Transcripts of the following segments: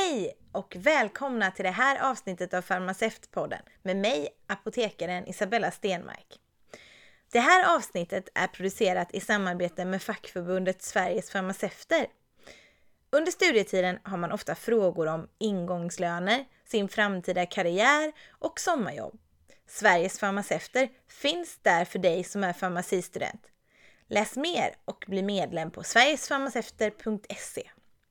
Hej och välkomna till det här avsnittet av Farmaceutpodden med mig, apotekaren Isabella Stenmark. Det här avsnittet är producerat i samarbete med fackförbundet Sveriges farmaceuter. Under studietiden har man ofta frågor om ingångslöner, sin framtida karriär och sommarjobb. Sveriges farmaceuter finns där för dig som är farmacistudent. Läs mer och bli medlem på sverigesfarmaceuter.se.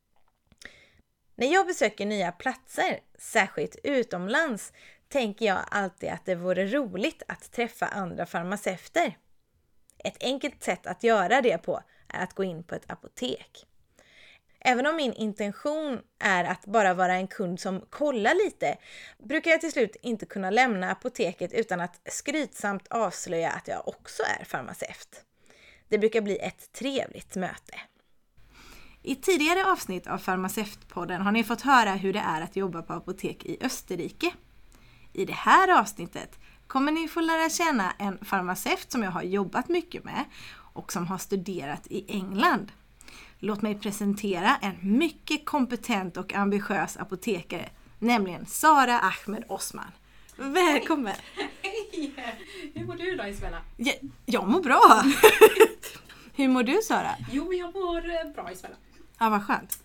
När jag besöker nya platser, särskilt utomlands, tänker jag alltid att det vore roligt att träffa andra farmaceuter. Ett enkelt sätt att göra det på är att gå in på ett apotek. Även om min intention är att bara vara en kund som kollar lite, brukar jag till slut inte kunna lämna apoteket utan att skrytsamt avslöja att jag också är farmaceut. Det brukar bli ett trevligt möte. I tidigare avsnitt av Farmaceutpodden har ni fått höra hur det är att jobba på apotek i Österrike. I det här avsnittet kommer ni få lära känna en farmaceut som jag har jobbat mycket med och som har studerat i England. Låt mig presentera en mycket kompetent och ambitiös apotekare, nämligen Sara Ahmed Osman. Välkommen! Hej! Hur mår du idag, Isabella? Jag mår bra! Hur mår du, Sara? Jo, jag mår bra, Isabella. Ja, vad skönt.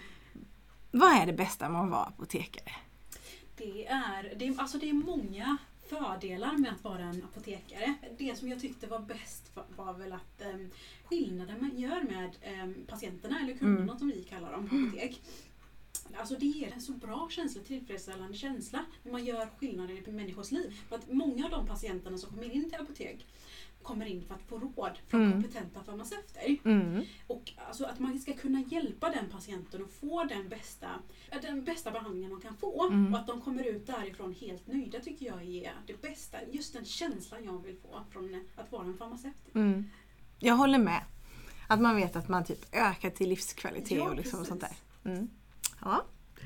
Vad är det bästa med att vara apotekare? Det är många fördelar med att vara en apotekare. Det som jag tyckte var bäst var väl att skillnaden man gör med patienterna eller kunderna som vi kallar dem på apotek. Alltså det ger en så bra känsla, tillfredsställande känsla när man gör skillnader i människors liv. För att många av de patienterna som kommer in till apotek kommer in för att få råd från kompetenta farmaceuter. Och alltså att man ska kunna hjälpa den patienten och få den bästa behandlingen man kan få. Och att de kommer ut därifrån helt nöjda tycker jag är det bästa. Just den känslan jag vill få från att vara en farmaceut. Jag håller med. Att man vet att man typ ökar till livskvalitet och liksom sånt där. Ja.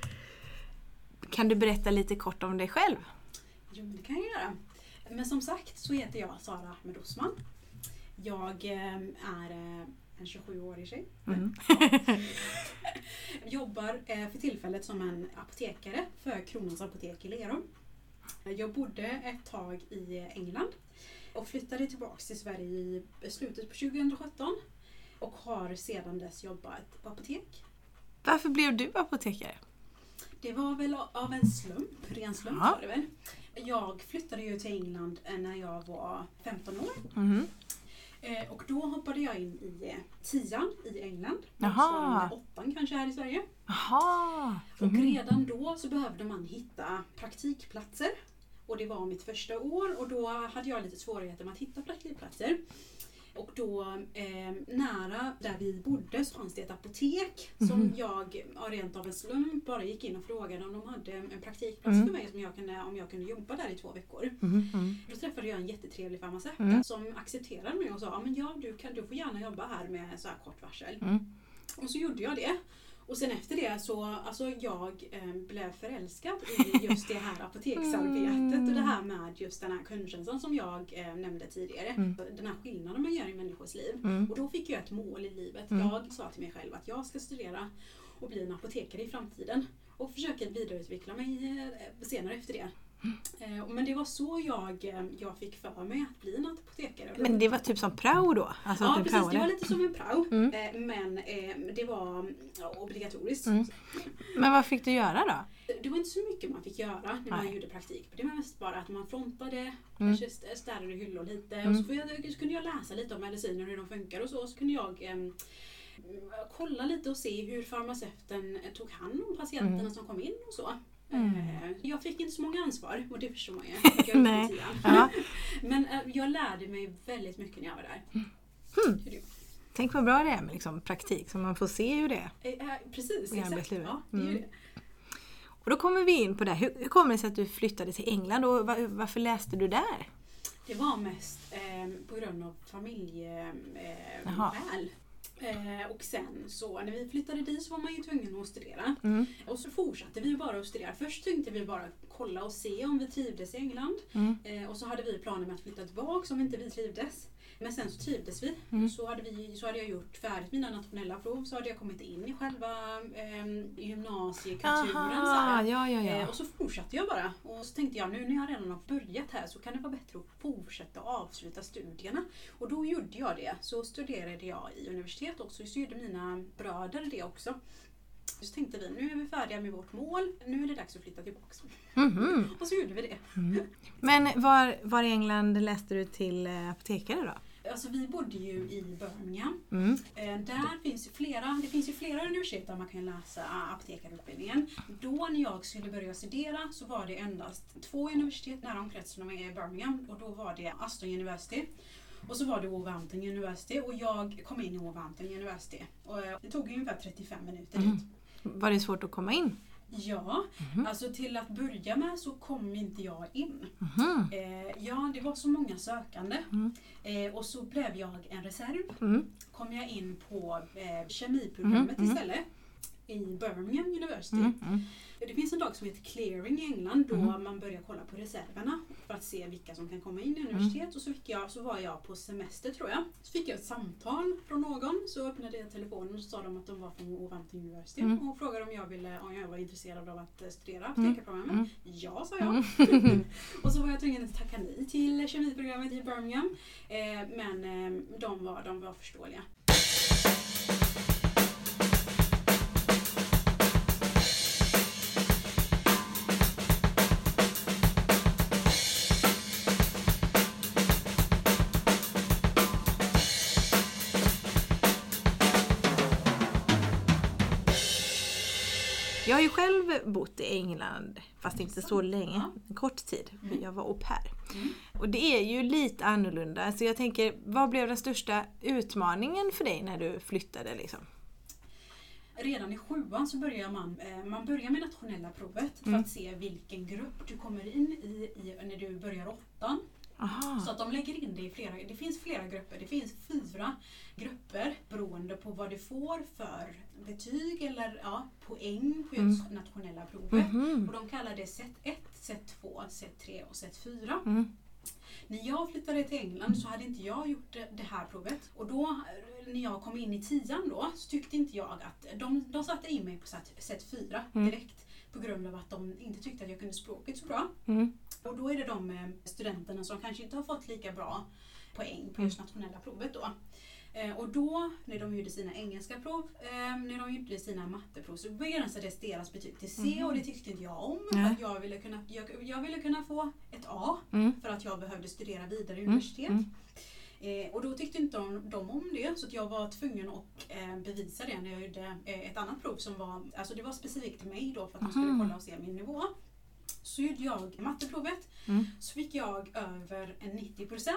Kan du berätta lite kort om dig själv? Jo, det kan jag göra. Men som sagt så heter jag Sara Ahmed Osman. Jag är en 27-årig tjej. Jobbar för tillfället som en apotekare för Kronans apotek i Lerum. Jag bodde ett tag i England och flyttade tillbaka till Sverige i slutet på 2017 och har sedan dess jobbat på apotek. Varför blev du apotekare? Det var väl av en slump, ren slump var det väl. Jag flyttade ju till England när jag var 15 år. Och då hoppade jag in i 10:an i England. Jaha. 8:an kanske här i Sverige. Jaha. Och redan då så behövde man hitta praktikplatser. Och det var mitt första år och då hade jag lite svårigheter med att hitta praktikplatser. Och då nära där vi bodde så fanns det ett apotek som jag rent av en slump bara gick in och frågade om de hade en praktikplats för mig om jag kunde jobba där i 2 veckor. Då träffade jag en jättetrevlig farmaceut som accepterade mig och sa du får gärna jobba här med så här kort varsel. Och så gjorde jag det. Och sen efter det så jag blev förälskad i just det här apoteksarbetet och det här med just den här kundkänslan som jag nämnde tidigare. Den här skillnaden man gör i människors liv. Och då fick jag ett mål i livet. Jag sa till mig själv att jag ska studera och bli en apotekare i framtiden. Och försöka vidareutveckla mig senare efter det. Men det var så jag fick för mig att bli en apotekare. Men det var typ som prao då? Alltså ja, precis. Det var lite som en prao. Men det var obligatoriskt. Men vad fick du göra då? Det var inte så mycket man fick göra när man gjorde praktik. Det var mest bara att man frontade, kanske städade hyllor lite. Och så kunde jag läsa lite om mediciner och hur de funkar och så kunde jag kolla lite och se hur farmaceuten tog hand om patienterna som kom in och så. Jag fick inte så många ansvar och det förstår man ju. Nej. Men jag lärde mig väldigt mycket när jag var där. Tänk vad bra det är med liksom praktik så man får se hur det är. Precis, exakt. Ja, det är det. Och då kommer vi in på det. Hur kommer det sig att du flyttade till England och varför läste du där? Det var mest på grund av familjeskäl. Och sen så när vi flyttade dit så var man ju tvungen att studera. Och så fortsatte vi bara att studera. Först tänkte vi bara kolla och se om vi trivdes i England. Och så hade vi planer med att flytta tillbaka om inte vi trivdes. Men sen så trivdes vi. Så hade jag gjort färdigt mina nationella prov. Så hade jag kommit in i själva gymnasiekulturen. Och så fortsatte jag bara. Och så tänkte jag, nu när jag redan har börjat här så kan det vara bättre att fortsätta och avsluta studierna. Och då gjorde jag det. Så studerade jag i universitet också. Så gjorde mina bröder det också. Så tänkte vi, nu är vi färdiga med vårt mål. Nu är det dags att flytta tillbaka. Och så gjorde vi det. Men var i England läste du till apotekare då? Alltså vi bodde ju i Birmingham. Där finns ju flera universitet där man kan läsa apotekarutbildningen. Då när jag skulle börja studera så var det endast 2 universitet nära omkretsen med Birmingham. Och då var det Aston University. Och så var det Wolverhampton University och jag kom in i Wolverhampton University. Och det tog ungefär 35 minuter dit. Var det svårt att komma in? Ja, alltså till att börja med så kom inte jag in. Det var så många sökande. Och så blev jag en reserv. Kom jag in på kemiprogrammet istället. I Birmingham University. Det finns en dag som heter Clearing i England då man börjar kolla på reserverna för att se vilka som kan komma in i universitet. Och så var jag på semester tror jag. Så fick jag ett samtal från någon. Så öppnade jag telefonen och så sa de att de var från Wolverhampton University och frågade om jag var intresserad av att studera apotekarprogrammet. Ja, sa jag. Och så var jag tvungen att tacka nej till kemiprogrammet i Birmingham. Men de var förståeliga. Jag har ju själv bott i England, fast inte så länge, en kort tid, för jag var au pair. Och det är ju lite annorlunda, så jag tänker, vad blev den största utmaningen för dig när du flyttade liksom? Redan i 7:an så börjar man börjar med nationella provet för att se vilken grupp du kommer in i när du börjar 8:an. Så att de lägger in det i det finns flera grupper. Det finns 4 grupper beroende på vad du får för betyg eller poäng på just nationella provet. Och de kallar det set 1, set 2, set 3 och set 4. När jag flyttade till England så hade inte jag gjort det här provet. Och då när jag kom in i 10:an då så tyckte inte jag att de satte in mig på set 4 direkt. På grund av att de inte tyckte att jag kunde språket så bra. Och då är det de studenterna som kanske inte har fått lika bra poäng på just nationella provet då. Och då, när de gjorde sina engelska prov, när de gjorde sina matteprov så begränsades deras betyg till C och det tyckte inte jag om. För att jag ville kunna få ett A för att jag behövde studera vidare i universitet. Och då tyckte inte de om det så att jag var tvungen att bevisa det när jag gjorde ett annat prov som var, alltså det var specifikt till mig då för att de skulle kolla och se min nivå. Så gjorde jag matteprovet så fick jag över 90%.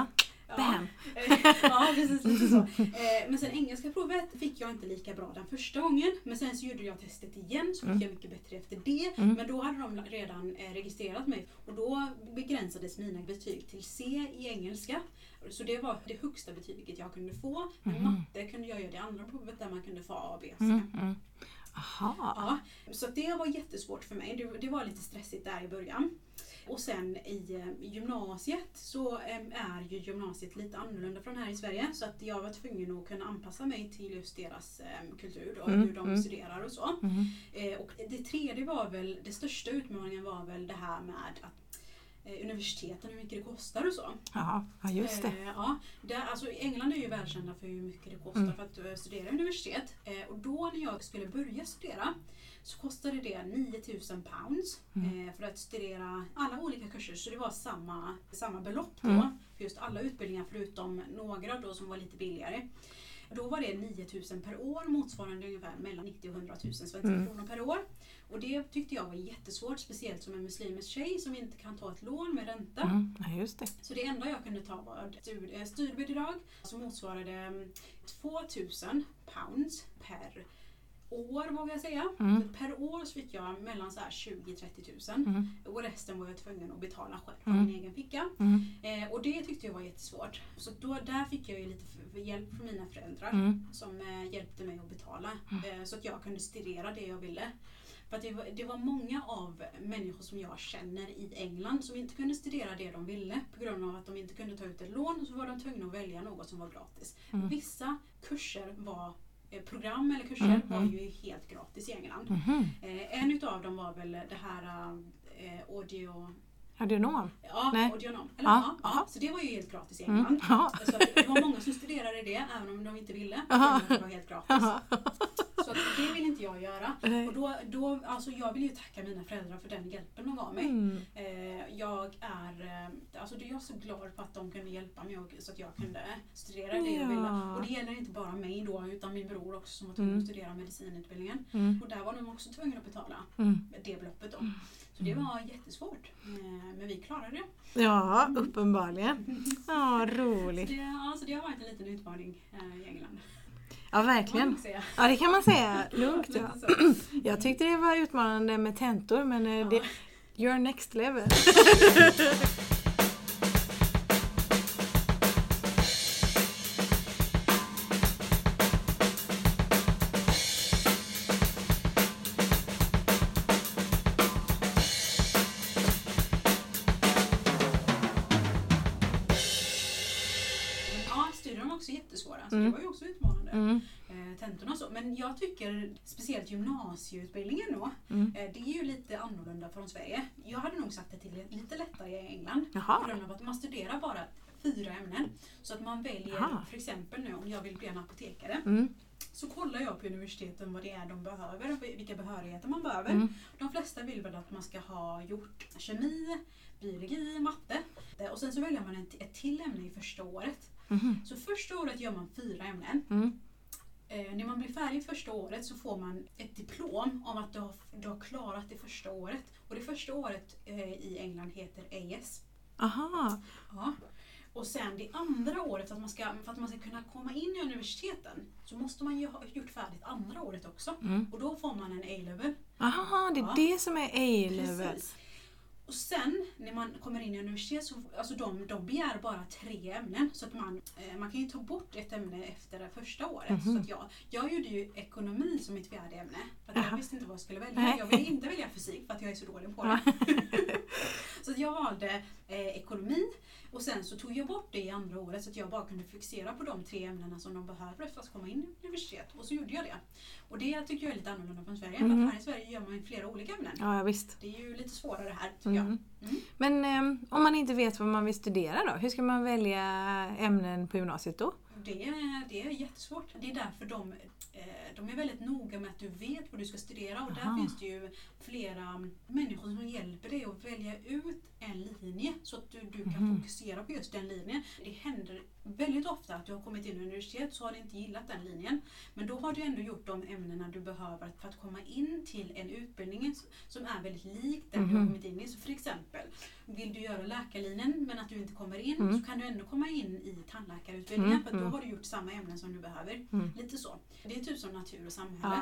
Ja, precis lite så. Men sen engelska provet fick jag inte lika bra den första gången. Men sen så gjorde jag testet igen så fick jag mycket bättre efter det. Men då hade de redan registrerat mig. Och då begränsades mina betyg till C i engelska. Så det var det högsta betyget jag kunde få. Men matte kunde jag göra det andra provet där man kunde få A, B, C. Aha. Ja, så det var jättesvårt för mig. Det var lite stressigt där i början. Och sen i gymnasiet så är ju gymnasiet lite annorlunda från här i Sverige. Så att jag var tvungen att kunna anpassa mig till just deras kultur och hur de studerar och så. Och det tredje var väl, det största utmaningen var väl det här med att universiteten, hur mycket det kostar och så. Ja, just det. Alltså England är ju välkända för hur mycket det kostar för att studera universitet. Och då när jag skulle börja studera så kostade det 9,000 pounds för att studera alla olika kurser. Så det var samma belopp då för just alla utbildningar förutom några då som var lite billigare. Då var det 9,000 per år motsvarande ungefär mellan 90 och 100 000 svenska kronor per år. Och det tyckte jag var jättesvårt, speciellt som en muslimsk tjej som inte kan ta ett lån med ränta. Just det. Så det enda jag kunde ta var studiebidrag som motsvarade 2,000 pounds per år vågar jag säga. Per år så fick jag mellan 20-30 000 och resten var jag tvungen att betala själv på min egen ficka. Och det tyckte jag var jättesvårt. Så där fick jag ju lite hjälp från mina föräldrar som hjälpte mig att betala så att jag kunde studera det jag ville. För att det var många av människor som jag känner i England som inte kunde studera det de ville på grund av att de inte kunde ta ut ett lån, så var de tvungna att välja något som var gratis. Vissa kurser program eller kurser var ju helt gratis i England. En utav dem var väl det här Audionom? Ja, Nej. Audionom. Ja, så det var ju helt gratis i England. Så att det var många som studerade det, även om de inte ville. Det var helt gratis. Så att det vill inte jag göra. Och då, alltså jag vill ju tacka mina föräldrar för den hjälpen de gav mig. Jag är så glad på att de kunde hjälpa mig så att jag kunde studera det jag ville. Och det gäller inte bara mig då, utan min bror också som var tvungen att studera medicinutbildningen. Och där var de också tvungna att betala det beloppet då. Så det var jättesvårt. Men vi klarade det. Ja, uppenbarligen. Ja, roligt. Så det har varit en liten utmaning i England. Ja, verkligen. Ja, det kan man säga. Lugnt, ja. Jag tyckte det var utmanande med tentor, men you're next level. Jättesvåra, så det var ju också utmanande. Tentorna och så. Men jag tycker speciellt gymnasieutbildningen då, det är ju lite annorlunda från Sverige. Jag hade nog sagt det till lite lättare i England. På grund av att man studerar bara 4 ämnen. Så att man väljer, för exempel nu om jag vill bli en apotekare. Så kollar jag på universiteten vad det är de behöver, vilka behörigheter man behöver. De flesta vill väl att man ska ha gjort kemi, biologi, matte. Och sen så väljer man ett till ämne i första året. Så första året gör man 4 ämnen. När man blir färdig första året så får man ett diplom om att du har klarat det första året. Och det första året i England heter AS. Aha. Ja. Och sen det andra året, för att man ska kunna komma in i universiteten, så måste man ju ha gjort färdigt andra året också. Och då får man en A-level. Aha, det är det som är A-level. Precis. Och sen när man kommer in i universitet så alltså de begär bara 3 ämnen, så att man kan ju ta bort ett ämne efter det första året. Så att jag gjorde ju ekonomi som mitt 4:e ämne, för att jag visste inte vad jag skulle välja. Jag ville inte välja fysik för att jag är så dålig på det. Så att jag valde ekonomi, och sen så tog jag bort det i andra året så att jag bara kunde fokusera på de 3 ämnena som de behöver för att komma in i universitet. Och så gjorde jag det. Och det tycker jag är lite annorlunda från Sverige. För att här i Sverige gör man ju flera olika ämnen. Ja, visst. Det är ju lite svårare här tycker jag. Men om man inte vet vad man vill studera då? Hur ska man välja ämnen på gymnasiet då? Det är jättesvårt. Det är därför de är väldigt noga med att du vet vad du ska studera. Och där finns det ju flera människor som hjälper dig att välja ut en linje så att du kan fokusera på just den linjen. Det händer väldigt ofta att du har kommit in i universitet så har du inte gillat den linjen. Men då har du ändå gjort de ämnena du behöver för att komma in till en utbildning som är väldigt lik den du har kommit in i. Så för exempel, vill du göra läkarlinjen men att du inte kommer in, så kan du ändå komma in i tandläkarutbildningen för då har du gjort samma ämnen som du behöver. Lite så. Det är typ som natur och samhälle.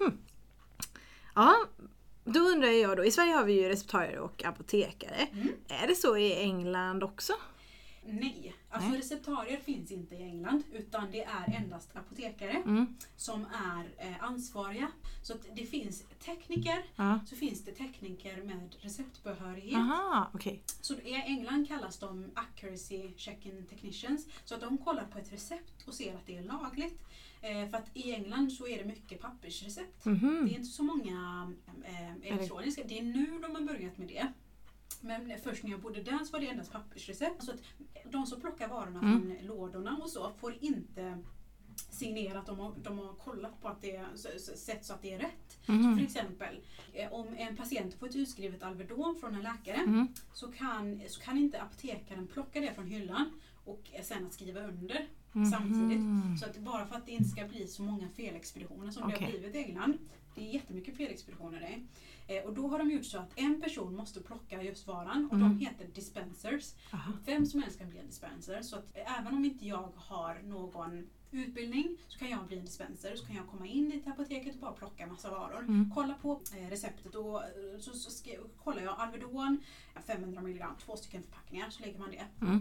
Ja, då undrar jag då, i Sverige har vi ju receptarier och apotekare. Är det så i England också? Nej, alltså receptarier finns inte i England, utan det är endast apotekare som är ansvariga. Så att det finns tekniker, så finns det tekniker med receptbehörighet. Aha, okay. Så i England kallas de accuracy checking technicians, så att de kollar på ett recept och ser att det är lagligt. För att i England så är det mycket pappersrecept. Det är inte så många elektroniska, det är nu de har börjat med det. Men först när jag bodde där så var det endast pappersrecept. Så att de som plockar varorna från lådorna och så får inte signera att de har kollat på att det sett så att det är rätt. Så för exempel, om en patient får ett utskrivet Alvedon från en läkare så kan inte apotekaren plocka det från hyllan och sen att skriva under samtidigt. Så att bara för att det inte ska bli så många felexpeditioner som det har blivit i England. Det är jättemycket felexpeditioner där. Och då har de gjort så att en person måste plocka just varan och de heter dispensers. Vem som helst kan bli en dispenser. Så att även om inte jag har någon utbildning så kan jag bli en dispenser. Så kan jag komma in till apoteket och bara plocka massa varor. Kolla på receptet och så kollar jag Alvedon 500 mg, 2 stycken förpackningar, så lägger man det.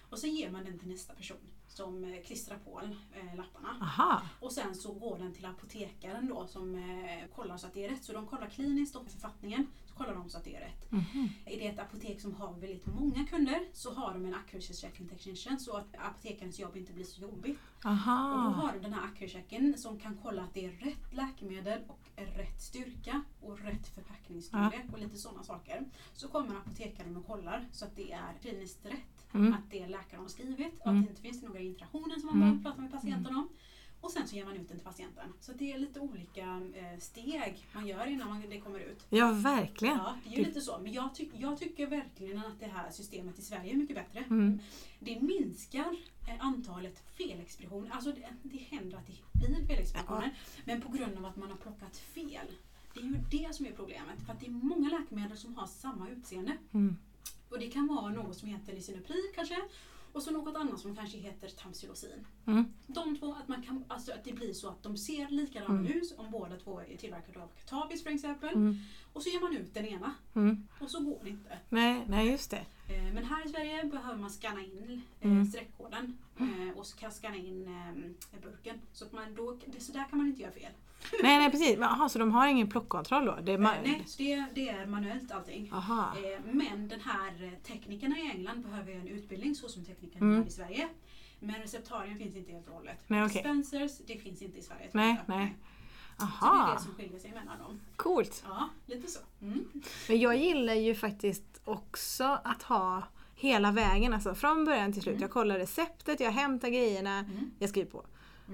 Och sen ger man den till nästa person som klistrar på lapparna. Aha. Och sen så går den till apotekaren då som kollar så att det är rätt. Så de kollar kliniskt och författningen, så kollar de så att det är rätt. Är det ett apotek som har väldigt många kunder så har de en accuracy checking technician så att apotekarens jobb inte blir så jobbigt. Aha. Och då har de den här accuracy-checken som kan kolla att det är rätt läkemedel och rätt styrka och rätt förpackningsstorlek och lite sådana saker. Så kommer apotekaren och kollar så att det är kliniskt rätt. Att det läkaren har skrivit och att det inte finns några interaktioner som man behöver prata med patienten om. Och sen så ger man ut den till patienten. Så det är lite olika steg man gör innan det kommer ut. Ja, verkligen. Ja, det är ju lite så. Men jag tycker verkligen att det här systemet i Sverige är mycket bättre. Det minskar antalet felexpeditioner. Alltså det händer att det blir felexpeditioner. Men på grund av att man har plockat fel. Det är ju det som är problemet. För att det är många läkemedel som har samma utseende. Och det kan vara något som heter lisinopril kanske. Och så något annat som kanske heter tamsulosin. De två, att det blir så att de ser likadana ut om båda två är tillverkade av Kartavis för exempel. Och så ger man ut den ena. Och så går det inte. Nej, just det. Men här i Sverige behöver man scanna in streckkoden och scanna in burken. Så att så där kan man inte göra fel. Nej, precis. Så de har ingen plockkontroll då? Nej, så det är manuellt allting. Men den här teknikerna i England behöver en utbildning så som teknikerna här i Sverige. Men receptarien finns inte helt och hållet. Dispensers, det finns inte i Sverige. Nej. Så det är det som skiljer sig mellan dem. Coolt. Ja, lite så. Men jag gillar ju faktiskt också att ha hela vägen, alltså från början till slut. Jag kollar receptet, jag hämtar grejerna, jag skriver på.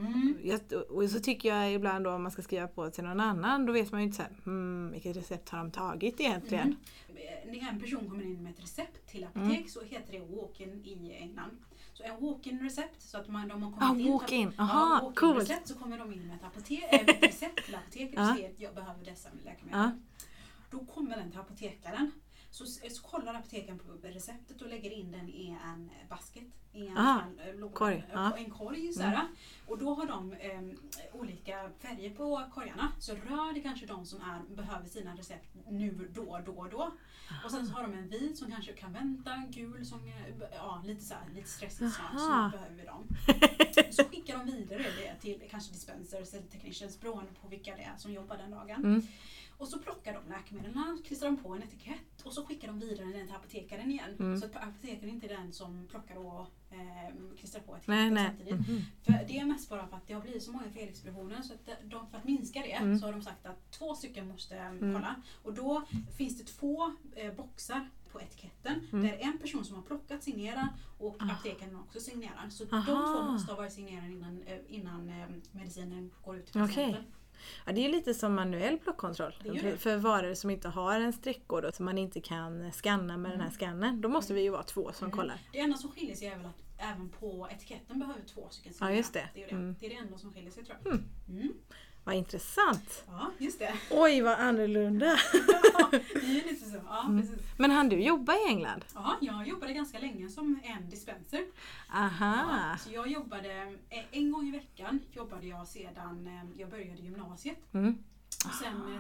Och så tycker jag ibland då om man ska skriva på till någon annan, då vet man ju inte så här, vilket recept har de tagit egentligen. När en person kommer in med ett recept till apotek så heter det walk-in i England. Så en walk-in recept så att de har kommit walk-in. Walk-in recept så kommer de in med ett recept till apoteket och säger att jag behöver dessa läkemedel. Då kommer den till apotekaren. Så kollar apotekaren på receptet och lägger in den i en basket. I en korg. Och då har de olika färger på korgarna. Så rör det kanske de som behöver sina recept nu, då. Och sen så har de en vit som kanske kan vänta, gul som lite stressigt snart behöver vi dem. Så skickar de vidare det till kanske dispensers eller technicians beroende på vilka det är som jobbar den dagen. Och så plockar de läkemedlen, klistrar de på en etikett och så skickar de vidare den till apotekaren igen. Så att apotekaren inte är den som plockar och klistrar på etiketten samtidigt. För det är mest bara för att det har blivit så många felexpeditioner så att för att minska det så har de sagt att 2 stycken måste kolla. Och då finns det 2 boxar på etiketten där en person som har plockat signerar och apotekaren också signerar. Så de 2 måste ha varit signerade innan medicinen går ut till patienten. Ja, det är lite som manuell plockkontroll. För varor som inte har en streckkod som man inte kan scanna med den här scannen. Då måste vi ju vara 2 som kollar. Det enda som skiljer sig är väl att även på etiketten behöver 2 stycken signera. Ja, just det. Det är det enda som skiljer sig, tror jag. Vad intressant. Ja, just det. Oj, vad annorlunda. Ja, det är lite så. Ja, precis. Men hann du jobba i England? Ja, jag jobbade ganska länge som en dispenser. Aha. Så jag jobbade en gång i veckan jobbade jag sedan jag började gymnasiet. Och sen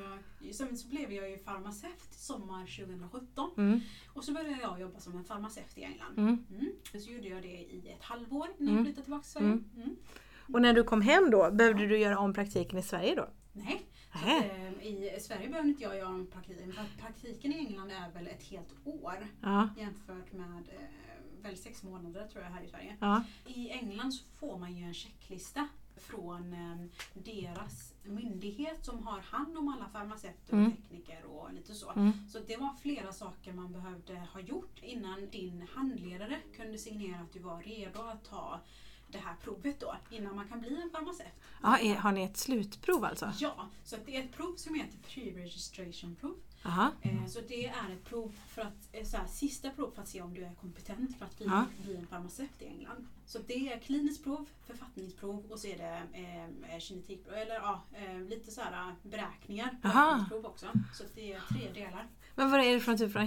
så blev jag ju farmaceut sommar 2017. Och så började jag jobba som en farmaceut i England. Så gjorde jag det i ett halvår när jag flyttade tillbaka till Sverige. Och när du kom hem då, behövde du göra om praktiken i Sverige då? Nej, i Sverige behöver inte jag göra om praktiken. För praktiken i England är väl ett helt år jämfört med väl 6 månader tror jag här i Sverige. I England så får man ju en checklista från deras myndighet som har hand om alla farmaceuter och tekniker och lite så. Så det var flera saker man behövde ha gjort innan din handledare kunde signera att du var redo att ta det här provet då, innan man kan bli en farmaceut. Ja, har ni ett slutprov alltså? Ja, så att det är ett prov som heter pre-registration prov. Så det är ett prov för att, sista prov för att se om du är kompetent för att bli en farmaceut i England. Så det är kliniskt prov, författningsprov och så är det genetikprov, eller lite så här beräkningar på prov också. Så det är 3 delar. Men vad är det från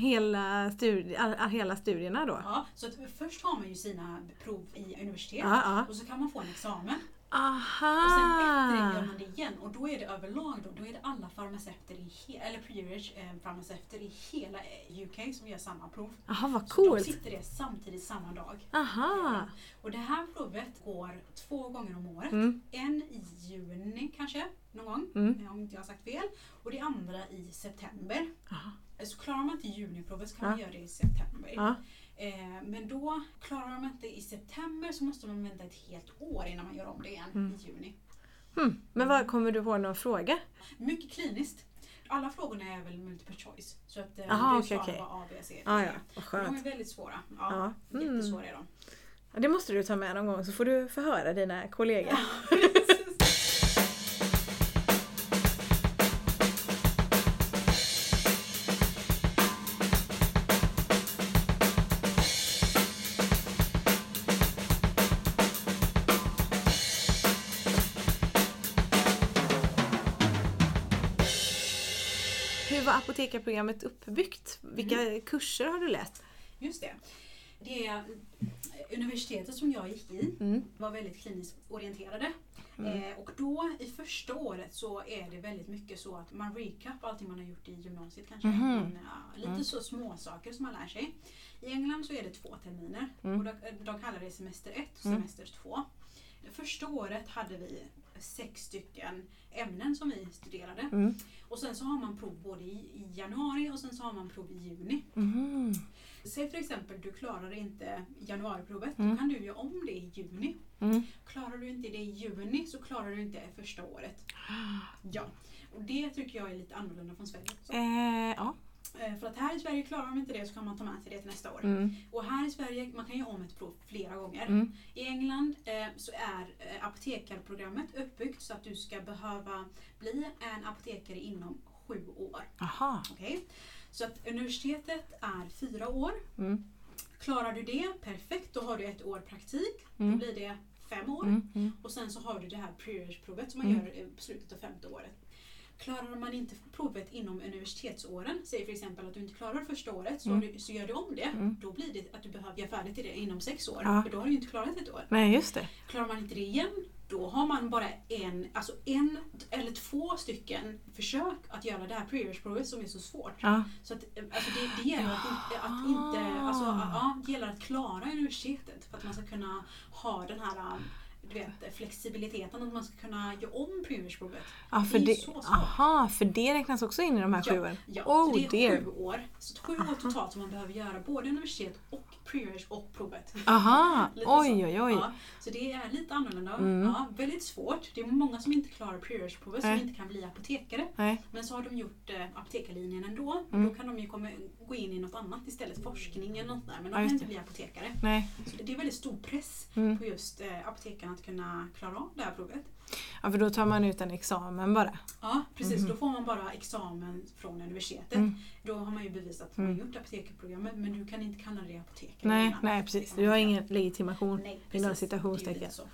hela studierna då? Ja, så att först har man ju sina prov i universitet och så kan man få en examen. Aha! Och sen efter det gör man det igen. Och då är det överlag då är det alla farmaceuter eller pre-farmaceuter i hela UK som gör samma prov. Aha, vad Så coolt! de sitter det samtidigt samma dag. Aha! Och det här provet går 2 gånger om året. En i juni kanske, någon gång, om inte jag har sagt fel. Och det andra i september. Aha. Så klarar man inte juniprovet så kan man göra det i september. Ja. Men då klarar man inte i september så måste man vänta ett helt år innan man gör om det igen i juni. Men vad kommer du på någon fråga? Mycket kliniskt. Alla frågorna är väl multiple choice. Så att du Aha, svarar okej. bara A, B, C, D. Ja, vad De skönt. är väldigt svåra. Ja. Jättesvåra är de. Ja, det måste du ta med någon gång så får du förhöra dina kollegor. Hur var apotekarprogrammet uppbyggt? Vilka kurser har du läst? Just det. Det är universitetet som jag gick i var väldigt kliniskt orienterade. Och då i första året så är det väldigt mycket så att man recap allting man har gjort i gymnasiet kanske. Lite så små saker som man lär sig. I England så är det 2 terminer. Och de kallar det semester 1 och semester 2. Det första året hade vi 6 stycken ämnen som vi studerade. Och sen så har man prov både i januari och sen så har man prov i juni. Säg för exempel du klarar inte januariprovet, då kan du göra om det i juni. Klarar du inte det i juni så klarar du inte första året. Ja, och det tycker jag är lite annorlunda från Sverige också. Ja. För att här i Sverige klarar de inte det så kan man ta med sig det till nästa år. Och här i Sverige, man kan göra om ett prov flera gånger. I England så är apotekarprogrammet uppbyggt så att du ska behöva bli en apotekare inom 7 år. Aha. Okay? Så att universitetet är 4 år. Klarar du det, perfekt, då har du 1 år praktik. Då blir det 5 år. Och sen så har du det här pre-provet som man gör i slutet av 5:e året. Klarar man inte provet inom universitetsåren, säg för exempel att du inte klarar första året så gör du om det. Då blir det att du behöver göra färdigt det inom 6 år. För då har du ju inte klarat 1 år. Nej, just det. Klarar man inte det igen, då har man bara en eller 2 stycken försök att göra det här pre-provet som är så svårt. Så att, alltså det gäller det gäller att klara universitetet för att man ska kunna ha den här flexibiliteten att man ska kunna göra om pre-provet. För det räknas också in i de här 7 åren? Ja, så det är 7 år. Så 7 år totalt som man behöver göra både universitet och pre-resh och provet. Oj. Så det är lite annorlunda. Väldigt svårt. Det är många som inte klarar pre-resh-provet som inte kan bli apotekare. Men så har de gjort apotekarlinjen ändå. Då kan de ju gå in i något annat istället, forskning eller något där. Men de kan inte bli apotekare. Så det är väldigt stor press på just apotekarna att kunna klara av det här provet. Ja, för då tar man ut en examen bara. Ja, precis. Då får man bara examen från universitetet. Då har man ju bevisat att man har gjort apotekarprogrammet, men du kan inte kalla det apotekare. Nej, precis. Du har ingen legitimation inom citationstecken. Så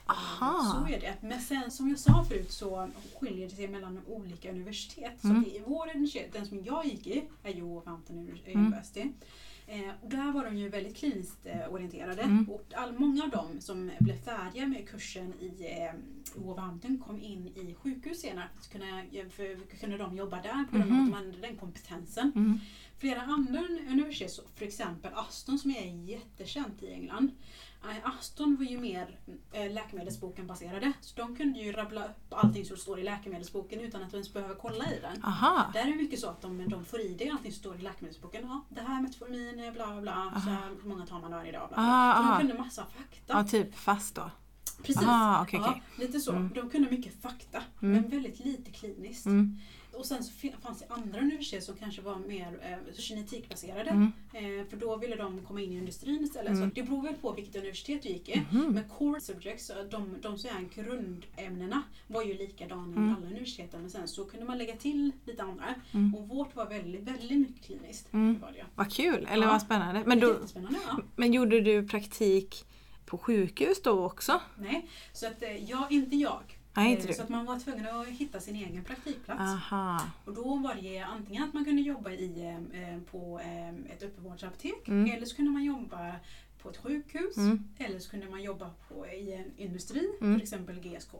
är det. Men sen som jag sa förut så skiljer det sig mellan olika universitet. Så i vår universitet, den som jag gick i, är ju Wolverhampton University. Och där var de ju väldigt kliniskt orienterade. Och många av dem som blev färdiga med kursen i Wolverhampton kom in i sjukhus senare. För kunde de jobba där på grund av att de hade den kompetensen. Flera andra universitet, för exempel Aston som är jättekänt i England. Aston var ju mer läkemedelsboken baserade. Så de kunde ju rabbla upp allting som står i läkemedelsboken utan att ens behöva kolla i den. Där är det mycket så att de får i det allting som står i läkemedelsboken. Ja, det här metformin är bla bla. Så här många tar man varje dag. Bla, bla. Så de kunde massa fakta. Ja, typ fast då. Precis. Okay. Lite så. De kunde mycket fakta, men väldigt lite kliniskt. Och sen så fanns det andra universitet som kanske var mer genetikbaserade. För då ville de komma in i industrin istället. Så det beror väl på vilket universitet du gick i. Men core subjects, de så här grundämnena var ju likadana i alla universiteten. Men sen så kunde man lägga till lite andra. Och vårt var väldigt, väldigt mycket kliniskt. Var det. Vad kul, eller vad spännande. Men gjorde du praktik på sjukhus då också? Nej, så att inte jag. Nej, så att man var tvungen att hitta sin egen praktikplats. Och då var det antingen att man kunde jobba på ett öppenvårdsapotek eller så kunde man jobba på ett sjukhus eller så kunde man jobba i en industri, till exempel GSK.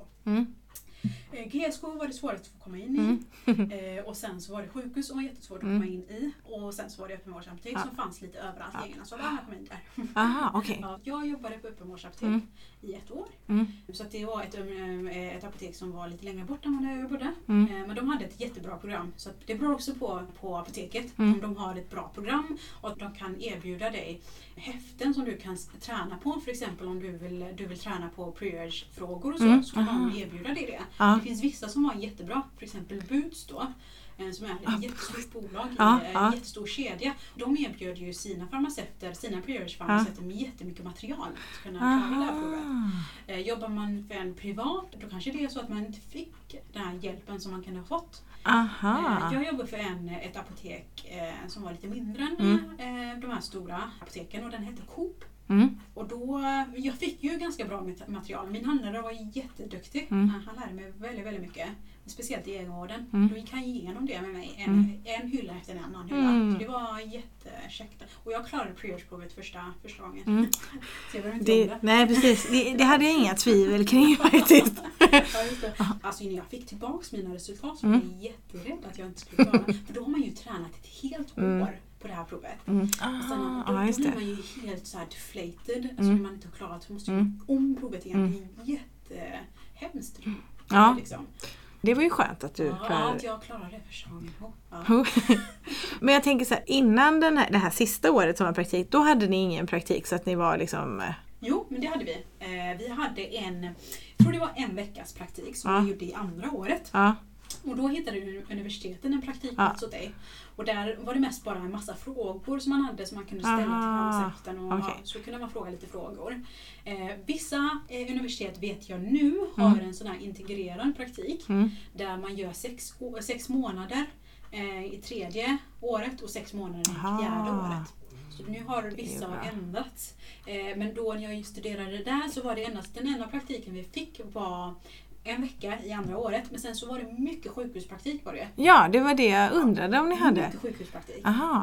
GSK var det svårast att få komma in i och sen så var det sjukhus som var jättesvårt att komma in i och sen så var det öppenvårdsapotek som fanns lite överallt i England, så alla kom in där. Aha, okay. Ja, jag jobbade på öppenvårdsapotek i 1 år, så att det var ett apotek som var lite längre bort än där jag bodde, men de hade ett jättebra program, så att det beror också på apoteket om de har ett bra program och att de kan erbjuda dig häften som du kan träna på, för exempel om du vill träna på triage-frågor och så kan de erbjuda dig det. Det finns vissa som var jättebra, för exempel Boots då, som är ett jättestort bolag, en jättestor kedja. De erbjöd ju sina farmaceuter, sina priorish-farmaceuter med jättemycket material att kunna klara det här provet. Jobbar man för en privat, då kanske det är så att man inte fick den här hjälpen som man kunde ha fått. Jag jobbar för ett apotek som var lite mindre än de här stora apoteken, och den hette Coop. Och då, jag fick ju ganska bra material. Min handlare var jätteduktig. Han lärde mig väldigt, väldigt mycket. Speciellt i egenvården. Då gick han igenom det med mig. En hylla efter en annan hylla. Så det var jättekäckt. Och jag klarade priorish-provet första gången. Så jag inte det. Nej, precis. Det hade jag inga tvivel kring faktiskt. Ja, just det. Alltså när jag fick tillbaka mina resultat så var jag jätterädd att jag inte skulle klara. För då har man ju tränat ett helt år på det här provet. Och sen, då blir man ju helt så här deflated. Alltså när man inte har klarat så måste man om provet igen. Det är jättehemskt. Liksom. Det var ju skönt att du klarade det. Ja, att jag klarade det första gången. Men jag tänker så här, innan det här sista året som var praktik, då hade ni ingen praktik så att ni var liksom... Jo, men det hade vi. Vi hade jag tror det var en veckas praktik som vi gjorde i andra året. Och då hittade universiteten en praktikplats åt dig. Och där var det mest bara en massa frågor som man hade som man kunde ställa till farmaceuten. Och så kunde man fråga lite frågor. Vissa universitet vet jag nu har en sån här integrerad praktik. Där man gör 6 månader i 3:e året och 6 månader i 4:e året. Så nu har vissa ändrats. Men då när jag studerade där så var det endast den enda praktiken vi fick var en vecka i andra året, men sen så var det mycket sjukhuspraktik var det. Ja, det var det jag undrade om ni hade. Mycket sjukhuspraktik.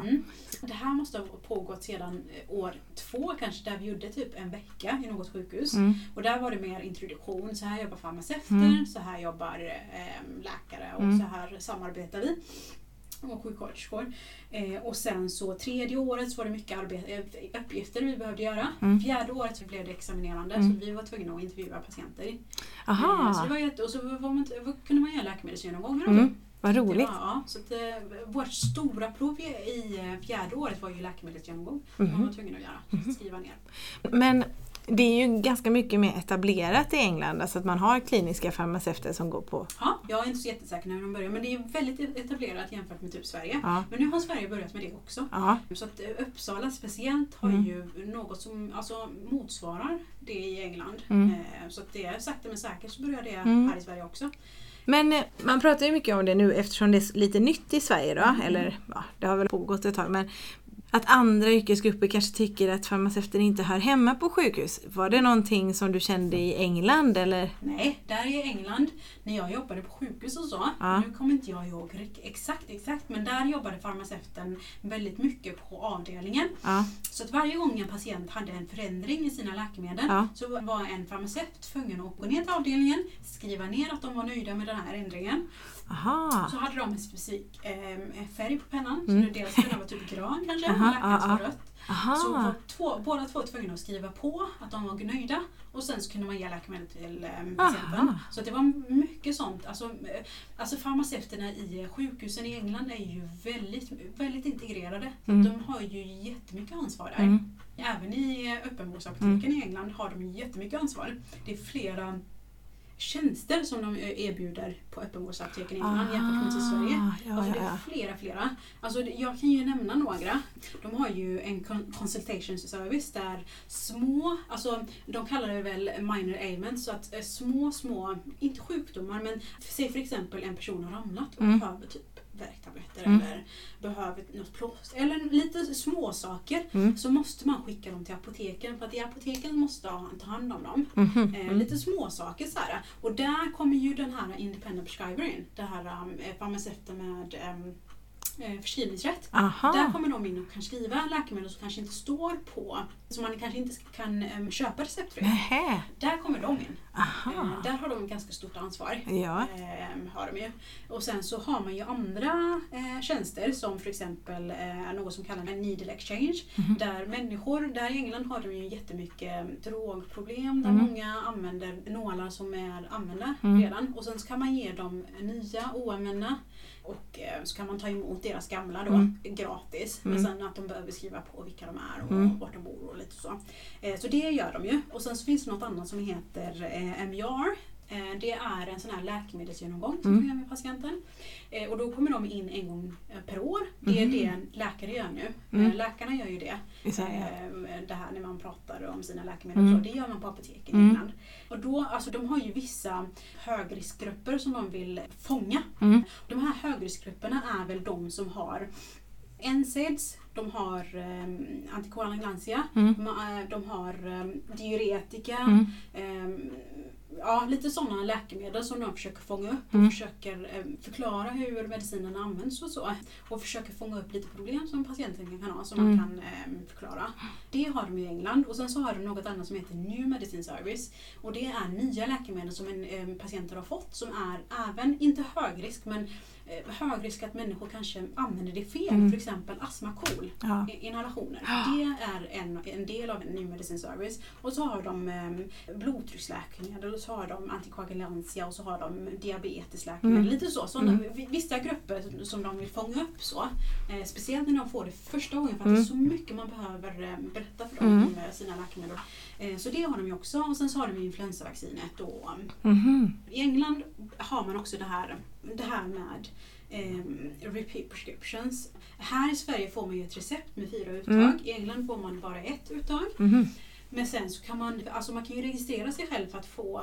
Det här måste ha pågått sedan år 2 kanske, där vi gjorde typ en vecka i något sjukhus. Och där var det mer introduktion, så här jobbar farmaceuter, så här jobbar läkare och så här samarbetar vi. Och sjuksköterskor. Och sen så 3:e året så var det mycket uppgifter vi behövde göra. 4:e året så blev det examinerande, så vi var tvungna att intervjua patienter. Så det var och så kunde man göra läkemedelsgenomgångar. Vad roligt. Ja, så att, vårt stora prov i 4:e året var ju läkemedelsgenomgång. Man var tvungna att göra, skriva ner. Men det är ju ganska mycket mer etablerat i England, alltså att man har kliniska farmaceuter som går på. Ja, jag är inte så jättesäker när de börjar, men det är väldigt etablerat jämfört med typ Sverige. Men nu har Sverige börjat med det också. Så att Uppsala speciellt har ju något som alltså motsvarar det i England. Så att det är sakta men säkert så börjar det här i Sverige också. Men man pratar ju mycket om det nu eftersom det är lite nytt i Sverige då, eller det har väl pågått ett tag, men att andra yrkesgrupper kanske tycker att farmaceuter inte hör hemma på sjukhus. Var det någonting som du kände i England eller? Nej, där i England när jag jobbade på sjukhus och så, nu kommer inte jag ihåg exakt, men där jobbade farmaceuten väldigt mycket på avdelningen. Så att varje gång en patient hade en förändring i sina läkemedel så var en farmaceut tvungen att gå ner till avdelningen, skriva ner att de var nöjda med den här ändringen. Så hade de en specifik färg på pennan, så det dels kunde vara typ grön kanske, och rött. Så båda två tvungna att skriva på att de var nöjda och sen så kunde man ge läkemedel till patienten. Så det var mycket sånt. Alltså farmaceuterna i sjukhusen i England är ju väldigt, väldigt integrerade. De har ju jättemycket ansvar där. Även i öppenvårdsapoteken i England har de jättemycket ansvar. Det är flera tjänster som de erbjuder på öppenvårdsapoteken i England jämfört med i Sverige. Det är flera. Alltså jag kan ju nämna några. De har ju en consultation service där alltså de kallar det väl minor ailments, så att små, inte sjukdomar, men säg för exempel en person har ramlat och behöver typ värktabletter eller behöver något plåster eller lite små saker, så måste man skicka dem till apoteken, för att i apoteken måste ta hand om dem. Lite små saker så här. Och där kommer ju den här independent prescriber in, det här farmaceuten med förskrivningsrätt. Aha. Där kommer de in och kan skriva läkemedel som kanske inte står på, som man kanske inte kan köpa receptfritt. Nähä. Där kommer de in. Aha. Där har de ett ganska stort ansvar. Ja. Har de ju. Och sen så har man ju andra tjänster som för exempel något som kallas en needle exchange. Där människor, där i England har de ju jättemycket drogproblem där många använder nålar som är använda redan. Och sen så kan man ge dem nya oanvända och så kan man ta emot deras gamla då gratis. Men sen att de behöver skriva på vilka de är och vart de bor och lite så. Så det gör de ju. Och sen så finns det något annat som heter MBR. Det är en sån här läkemedelsgenomgång som man gör med patienten. Och då kommer de in en gång per år. Det är det en läkare gör nu. Läkarna gör ju det. Det här när man pratar om sina läkemedel. Det gör man på apoteken i England. Och då, alltså de har ju vissa högriskgrupper som de vill fånga. De här högriskgrupperna är väl de som har NSAIDs, de har antikoagulantia, de har diuretika, lite sådana läkemedel som de försöker fånga upp och försöker förklara hur medicinerna används och så. Och försöker fånga upp lite problem som patienten kan ha som man kan förklara. Det har de i England. Och sen så har de något annat som heter New Medicine Service. Och det är nya läkemedel som patienter har fått som är även, inte högrisk, men högrisk att människor kanske använder det fel. För exempel astmakol, inhalationer. Det är en del av en New Medicine Service. Och så har de blodtrycksläkemedel och så har de antikoagulantia och så har de diabetesläkemedel. Lite så. Sådana, vissa grupper som de vill fånga upp så. Speciellt när de får det första gången för att det är så mycket man behöver berätta för dem om sina läkemedel. Så det har de ju också. Och sen så har de influensavaccinet. Och, i England har man också det här med repeat prescriptions. Här i Sverige får man ju ett recept med 4 uttag. I England får man bara 1 uttag. Men sen så kan man kan ju registrera sig själv för att få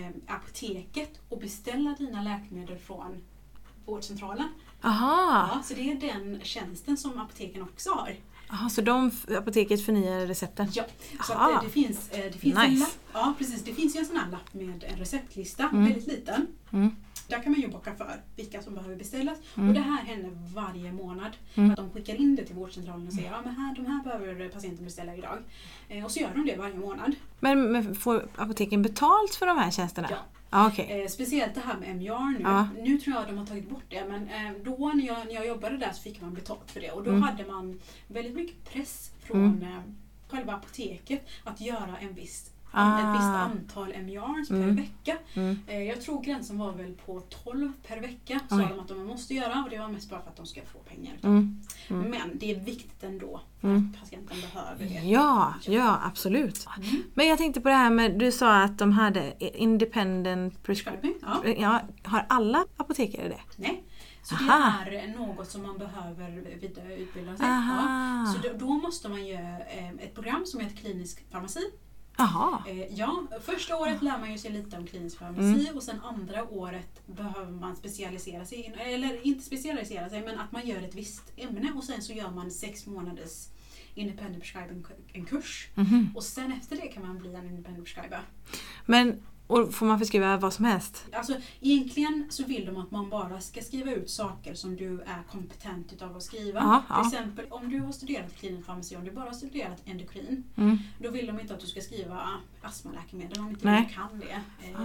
apoteket och beställa dina läkemedel från vårdcentralen. Aha. Ja, så det är den tjänsten som apoteken också har. Aha, så apoteket förnyar recepten? Ja, så att det finns nice. En lapp. Ja, precis. Det finns ju en sån här lapp med en receptlista, väldigt liten. Där kan man ju bocka för vilka som behöver beställas. Och det här händer varje månad. Att de skickar in det till vårdcentralen och säger de här behöver patienten beställa idag. Och så gör de det varje månad. Men får apoteken betalt för de här tjänsterna? Ja. Okay. Speciellt det här med MBR nu. Nu tror jag att de har tagit bort det. Men då när jag jobbade där så fick man betalt för det. Och då hade man väldigt mycket press från själva apoteket att göra ett visst antal MBR per vecka. Jag tror gränsen var väl på 12 per vecka. Sa de att de måste göra. Och det var mest bara för att de ska få pengar. Men det är viktigt ändå. För att patienten behöver det. Ja, absolut. Men jag tänkte på det här med, du sa att de hade independent prescribing. Ja, har alla apotekare det? Nej. Så det är något som man behöver vidareutbilda sig på. Så då måste man göra ett program som heter klinisk farmaci. Aha. Första året lär man ju sig lite om klinisk farmaci och sen andra året behöver man specialisera sig, eller inte specialisera sig, men att man gör ett visst ämne och sen så gör man 6 månaders independent prescribing en kurs. Och sen efter det kan man bli en independent prescriber. Men och får man förskriva vad som helst? Alltså egentligen så vill de att man bara ska skriva ut saker som du är kompetent utav att skriva. Till exempel om du har studerat klinisk farmaci, om du bara har studerat endokrin, då vill de inte att du ska skriva astmaläkemedel om inte du kan det.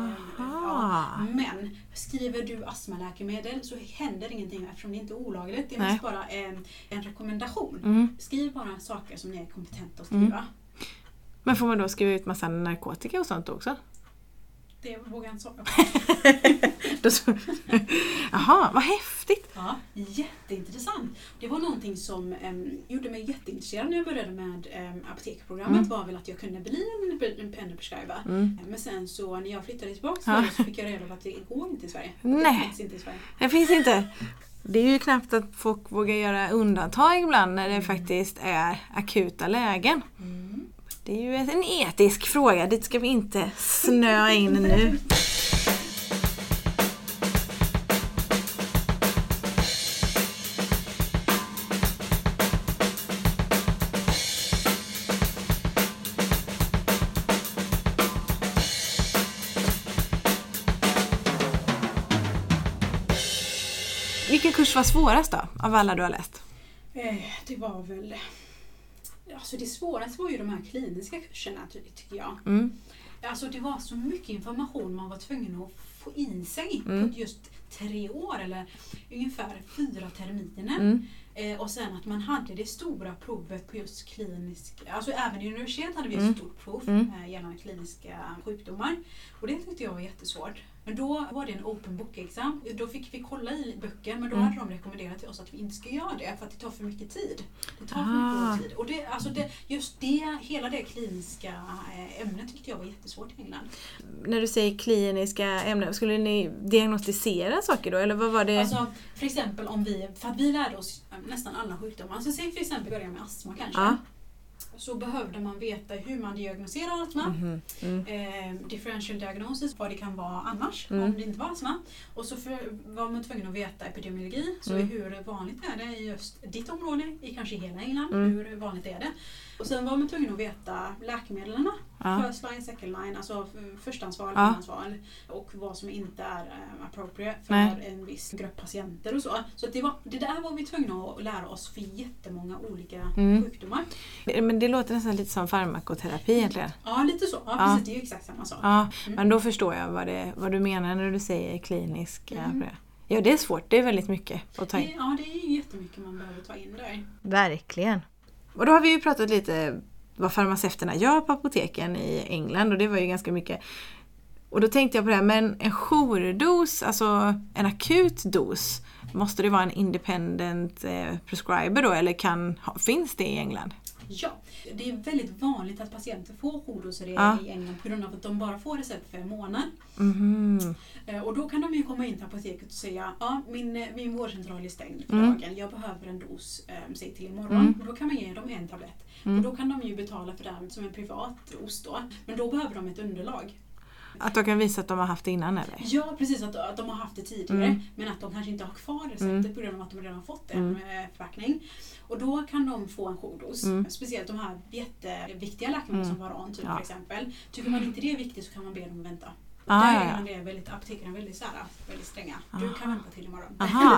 Men skriver du astmaläkemedel så händer ingenting eftersom det inte är olagligt. Det är mest bara en rekommendation. Skriv bara saker som ni är kompetenta att skriva. Men får man då skriva ut massa narkotika och sånt också? Det vågar jag inte svara. Jaha, vad häftigt! Ja, jätteintressant. Det var någonting som gjorde mig jätteintresserad när jag började med apotekprogrammet var väl att jag kunde bli en independent prescriber. Men sen så när jag flyttade tillbaka till Sverige så fick jag reda på att det går inte i Sverige. Nej, det finns inte i Sverige. Det finns inte. Det är ju knappt att folk vågar göra undantag ibland när det faktiskt är akuta lägen. Det är ju en etisk fråga, dit ska vi inte snöa in nu. Vi Vilken kurs var svårast då, av alla du har läst? Det var väl... Alltså det svåraste var ju de här kliniska kurserna, tycker jag. Alltså det var så mycket information man var tvungen att få in sig på just 3 år eller ungefär 4 terminer. Och sen att man hade det stora provet på just klinisk, alltså även i universitet hade vi ett stort prov gällande kliniska sjukdomar. Och det tyckte jag var jättesvårt. Men då var det en open book-exam. Då fick vi kolla i böcker, men då hade de rekommenderat till oss att vi inte ska göra det för att det tar för mycket tid. Det tar för mycket tid. Och det, alltså hela det kliniska ämnet tyckte jag var jättesvårt i England. När du säger kliniska ämnen, skulle ni diagnostisera saker då? Eller vad var det? Alltså, för exempel för att vi lärde oss nästan alla sjukdomar. Alltså säg för exempel börja med astma kanske. Så behövde man veta hur man diagnoserar astma. Differential diagnosis, vad det kan vara annars om det inte var astma. Och så var man tvungen att veta epidemiologi. Så hur vanligt är det i just ditt område, i kanske hela England. Hur vanligt är det? Och sen var man tvungen att veta läkemedlen. First line, second line, alltså förstahandsval, andrahandsval. Och vad som inte är appropriate för en viss grupp patienter och så. Så det där var vi tvungna att lära oss för jättemånga olika sjukdomar. Men det låter nästan lite som farmakoterapi egentligen. Ja, lite så. Ja, precis, det är ju exakt samma sak. Men då förstår jag vad du menar när du säger klinisk. Ja, det är svårt. Det är väldigt mycket att ta in. Ja, det är ju jättemycket man behöver ta in där. Verkligen. Och då har vi ju pratat lite vad farmaceuterna gör på apoteken i England, och det var ju ganska mycket. Och då tänkte jag på det här, men en jourdos, alltså en akut dos, måste det vara en independent prescriber då, eller finns det i England? Ja, det är väldigt vanligt att patienter får jourdoser i England på grund av att de bara får recept för en månad. Och då kan de ju komma in till apoteket och säga min vårdcentral är stängd för dagen, jag behöver en dos, säg till imorgon. Och då kan man ge dem en tablett. Och då kan de ju betala för den som en privat dos då. Men då behöver de ett underlag. Att de kan visa att de har haft det innan, eller? Ja, precis, att de har haft det tidigare. Men att de kanske inte har kvar receptet på grund av att de redan har fått en förpackning. Och då kan de få en jourdos. Speciellt de här jätteviktiga läkemedel som Varan till exempel. Tycker man inte det är viktigt så kan man be dem vänta. Apotekerna är väldigt stränga. Du kan vänta till imorgon.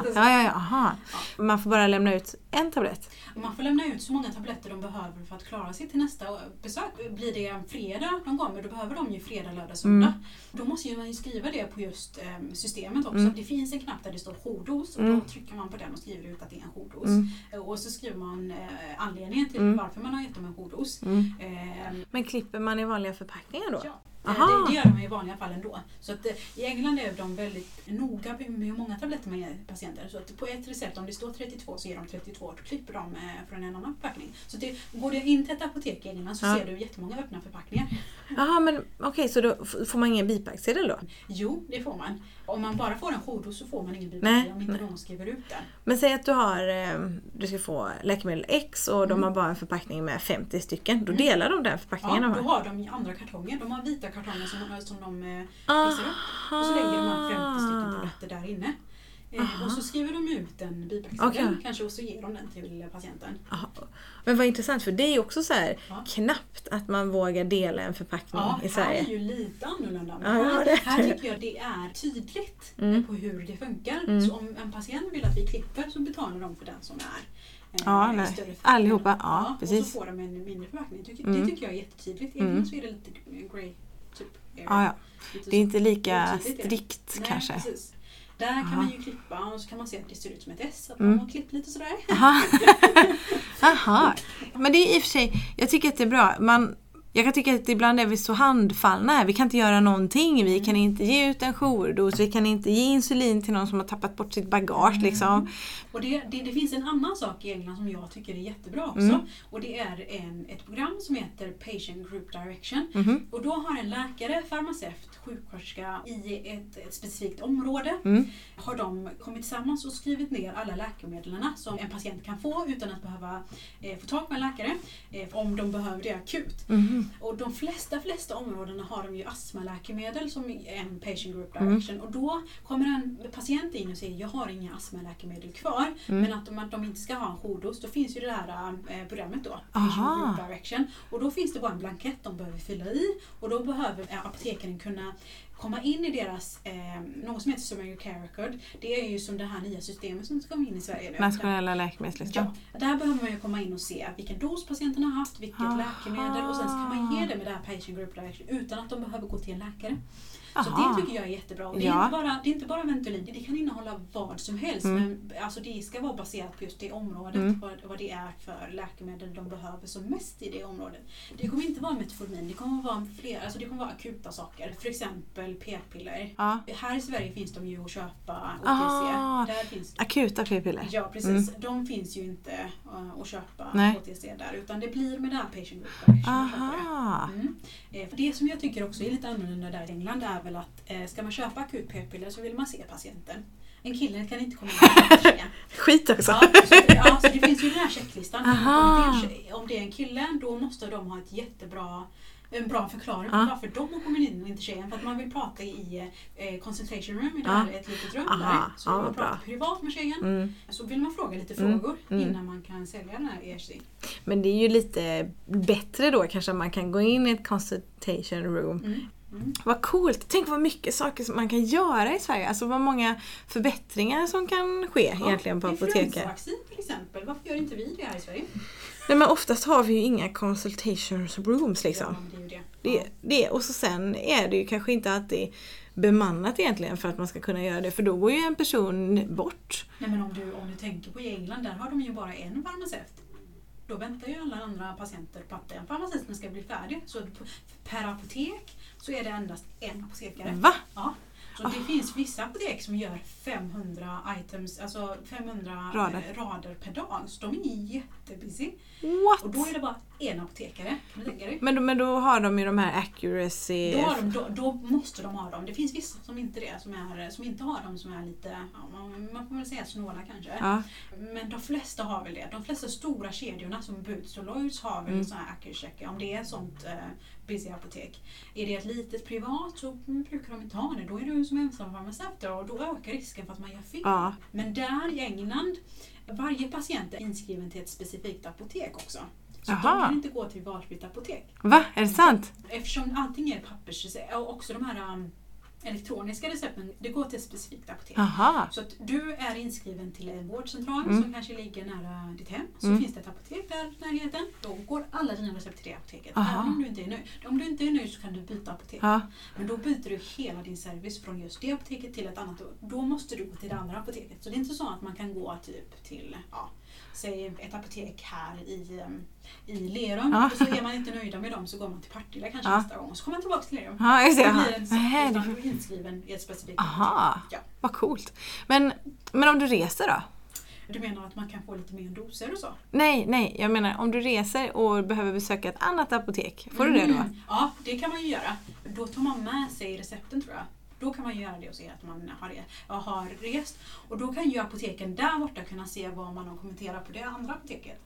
Man får bara lämna ut en tablett. Och man får lämna ut så många tabletter de behöver för att klara sig till nästa besök. Blir det en fredag de kommer, då behöver de ju fredag, lördag, söndag. Då måste man ju skriva det på just systemet också. Det finns en knapp där det står jourdos och då trycker man på den och skriver ut att det är en jourdos. Och så skriver man anledningen till varför man har gett dem en jourdos. Men klipper man i vanliga förpackningar då? Ja. Det gör de i vanliga fall ändå. Så att i England är de väldigt noga med hur många tabletter man ger patienter. Så att på ett recept, om det står 32 så ger de 32, då klipper de från en annan förpackning. Så går du in till ett apotek i England så ser du jättemånga öppna förpackningar. Jaha, men okej, så då får man ingen bipacksedel då? Jo, det får man. Om man bara får en jourdos så får man ingen bipacksedel om inte någon skriver ut den. Men säg att du ska få läkemedel X och de har bara en förpackning med 50 stycken. Då delar de den förpackningen. Ja, då har de andra kartonger. De har vita kartonger som de fixar upp. Och så lägger de här 50 stycken tabletter där inne. Och så skriver de ut en bipacksedel kanske och så ger de den till patienten. Men vad intressant, för det är ju också så här knappt att man vågar dela en förpackning i Sverige. Ja, här är ju lite annorlunda. Här tycker jag det är tydligt på hur det funkar. Så om en patient vill att vi klipper så betalar de för den som är större. Allihopa, precis. Och så får de en mindre förpackning. Det tycker jag är jättetydligt. Egentligen så är det lite grey typ area. Det är inte lika strikt kanske. Precis. Där kan man ju klippa och så kan man se att det ser ut som ett S. Att man har klippt lite sådär. Men det är i och för sig, jag tycker att det är bra. Jag kan tycka att ibland är vi så handfallna här. Vi kan inte göra någonting. Vi kan inte ge ut en jourdos. Vi kan inte ge insulin till någon som har tappat bort sitt bagage. Liksom. Och det finns en annan sak i England som jag tycker är jättebra också. Och det är ett program som heter Patient Group Direction. Och då har en läkare, farmaceut, sjuksköterska i ett specifikt område har de kommit tillsammans och skrivit ner alla läkemedlen som en patient kan få utan att behöva få tag på en läkare om de behöver det akut. Och de flesta områdena har de ju astmaläkemedel som en patient group direction. Och då kommer en patient in och säger jag har inga astmaläkemedel kvar. Men att de inte ska ha en jourdos, då finns ju det här programmet då. Patient group direction. Och då finns det bara en blankett de behöver fylla i. Och då behöver apotekaren kunna komma in i deras, något som heter Summary Care Record. Det är ju som det här nya systemet som ska komma in i Sverige nu. Nationella läkemedelslistan. Ja, där behöver man ju komma in och se vilken dos patienten har haft, vilket läkemedel, och sen så kan man ge det med det här patient group direction utan att de behöver gå till en läkare. Så det tycker jag är jättebra. Det är inte bara Ventolin, det kan innehålla vad som helst. Men alltså det ska vara baserat på just det området. Vad det är för läkemedel de behöver som mest i det området. Det kommer inte vara metformin, det kommer vara fler, alltså det kommer vara akuta saker. För exempel p-piller. Här i Sverige finns de ju att köpa OTC. Där finns akuta p-piller. Ja, precis. De finns ju inte att köpa OTC där, utan det blir med det här patient group direction. För det som jag tycker också är lite annorlunda där i England är väl att ska man köpa akut p-piller så vill man se patienten. En kille kan inte komma in. Skit också. Så det finns ju den här checklistan. Om det är en kille, då måste de ha en bra förklaring på varför de har kommit in och inte tjejen. För att man vill prata i consultation room, i det här ett litet rum där. Så vill man prata privat med tjejen. Så vill man fråga lite frågor innan man kan sälja den här ERC. Men det är ju lite bättre då kanske att man kan gå in i ett consultation room. Vad coolt. Tänk vad mycket saker som man kan göra i Sverige. Alltså vad många förbättringar som kan ske egentligen på apoteket. Influensavaccin till exempel. Varför gör inte vi det här i Sverige? Nej, men oftast har vi ju inga consultation rooms liksom. Ja, det är ju det. Och så sen är det ju kanske inte alltid bemannat egentligen för att man ska kunna göra det. För då går ju en person bort. Nej, men om du tänker på England, där har de ju bara en farmaceut. Då väntar ju alla andra patienter på att den farmaceuten ska bli färdig. Så per apotek så är det endast en apotekare. Va? Ja. Så det finns vissa apotek som gör 500 items, alltså 500 rader per dag. Så de är jättebusy. What? Och då är det bara en apotekare. Kan du tänka dig? Men då har de ju de här accuracy... Då måste de ha dem. Det finns vissa som inte det, som inte har dem, som är lite, man får väl säga snåla kanske. Ja. Men de flesta har väl det. De flesta stora kedjorna som Boots och Lloyds har väl sån här accuracy-checker. Om det är sånt busy apotek. Är det ett litet privat så brukar de inte ha det. Då är du som ensam farmaceut och då ökar risken för att man gör fel. Ja. Men där i England, varje patient är inskriven till ett specifikt apotek också. Så de kan inte gå till valfritt apotek. Va? Är det sant? Eftersom allting är pappersrecept och också de här elektroniska recepten, det går till ett specifikt apotek. Aha. Så att du är inskriven till en vårdcentral som kanske ligger nära ditt hem. Så finns det ett apotek där i närheten. Då går alla dina recept till det apoteket. Även om du inte är nöjd. Om du inte är nöjd så kan du byta apotek. Men då byter du hela din service från just det apoteket till ett annat. Då måste du gå till det andra apoteket. Så det är inte så att man kan gå typ till säg ett apotek här i Lerum och så är man inte nöjda med dem så går man till Partille kanske nästa gång och så kommer man tillbaka till Lerum. Ja, just det. Då blir du inskriven i ett specifikt apotek. Vad coolt. Men om du reser då? Du menar att man kan få lite mer doser och så? Nej, jag menar om du reser och behöver besöka ett annat apotek, får du det då? Ja, det kan man ju göra. Då tar man med sig recepten tror jag. Då kan man göra det och se att man har rest. Och då kan ju apoteken där borta kunna se vad man har kommenterat på det andra apoteket.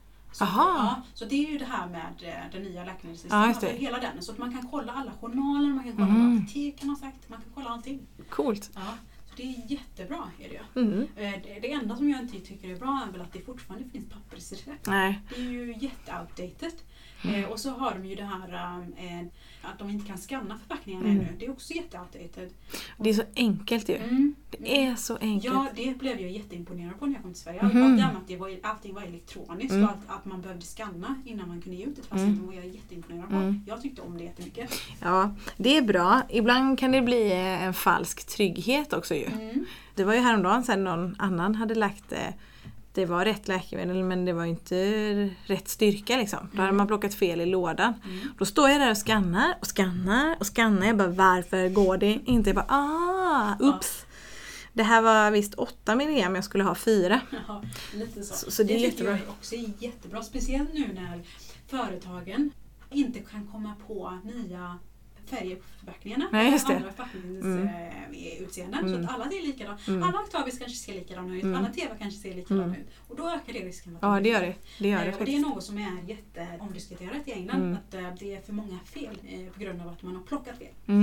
Så det är ju det här med den nya läkemedelslistan. Hela den. Så att man kan kolla alla journaler, man kan kolla vad apoteken har sagt, man kan kolla allting. Coolt. Ja, så det är jättebra är det. Det enda som jag inte tycker är bra är väl att det fortfarande finns pappersrecept. Nej. Det är ju jätteoutdated. Och så har de ju det här att de inte kan skanna förpackningarna ännu. Det är också jätteoutdated. Det är så enkelt ju. Det är så enkelt. Ja, det blev jag jätteimponerad på när jag kom till Sverige. Allting var elektroniskt och att man behövde skanna innan man kunde ge ut ett patient var jag jätteimponerad på. Jag tyckte om det jättemycket. Ja, det är bra. Ibland kan det bli en falsk trygghet också ju. Det var ju häromdagen sen någon annan hade lagt det var rätt läkemedel men det var inte rätt styrka liksom. Då hade man plockat fel i lådan. Då står jag där och skannar. Jag bara, varför går det inte? Jag bara, ups. Det här var visst 8 milligram, jag skulle ha 4. Ja, lite så. Så det är jättebra. Jag också är jättebra. Speciellt nu när företagen inte kan komma på nya färger på förpackningarna. Nej, just det. Andra förpackningsutseenden. Så att alla är likadana. Alla aktavis kanske ser likadana ut. Alla TV kanske ser likadana ut. Och då ökar det risken. Ja, det gör det. Och det är något som är jätteomdiskuterat i England. Att det är för många fel på grund av att man har plockat fel.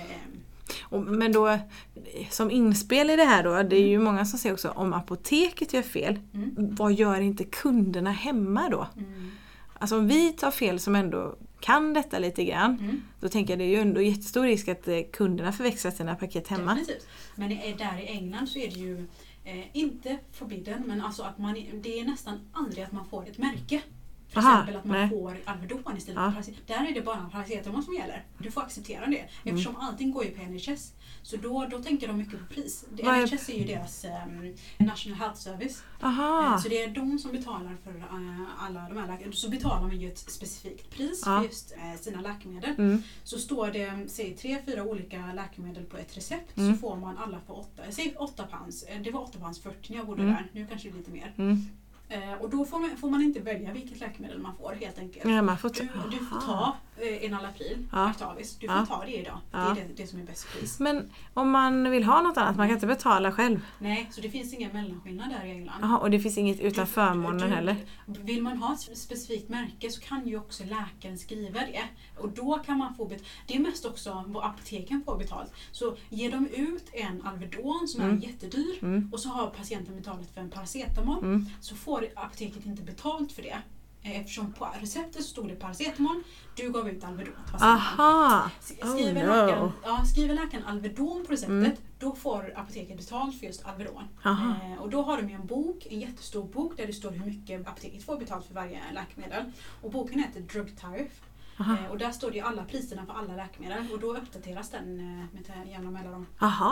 Men då, som inspel i det här då, det är ju många som säger också om apoteket gör fel, vad gör inte kunderna hemma då? Alltså om vi tar fel som ändå kan detta lite grann, då tänker jag det är ju ändå jättestor risk att kunderna förväxlar sina paket hemma. Definitivt. Men där i England så är det ju inte forbidden, men alltså att det är nästan aldrig att man får ett märke. För exempel att man får Alvedon istället för paracetamol. Där är det bara paracetamol som gäller. Du får acceptera det. Eftersom allting går ju på NHS. Så då tänker de mycket på pris. NHS är ju deras National Health Service. Så det är de som betalar för alla de här läkemedlen. Så betalar man ju ett specifikt pris för just sina läkemedel. Så står det, säg 3-4 olika läkemedel på ett recept. Så får man alla för 8 pounds. Det var 8 pounds 40 när jag bodde där. Nu kanske det är lite mer. Och då får man inte välja vilket läkemedel man får helt enkelt. Ja, du får ta Enalapril, Actavis. Du får ta det idag. Det är det som är bäst pris. Men om man vill ha något annat, man kan inte betala själv? Nej, så det finns ingen mellanskillnad där i England. Aha, och det finns inget utan förmånen heller? Vill man ha ett specifikt märke så kan ju också läkaren skriva det. Och då kan man få det är mest också vad apoteken får betalt. Så ger de ut en Alvedon som är jättedyr och så har patienten betalat för en paracetamol, så får apoteket inte betalt för det. Eftersom på receptet stod det paracetamol, du gav ut Alvedon. Aha! Skriver läkaren Alvedon på receptet, då får apoteket betalt för just Alvedon. Och då har de ju en bok, en jättestor bok där det står hur mycket apoteket får betalt för varje läkemedel. Och boken heter Drug Tariff. Och där står det ju alla priserna för alla läkemedel och då uppdateras den med jämna mellanrum.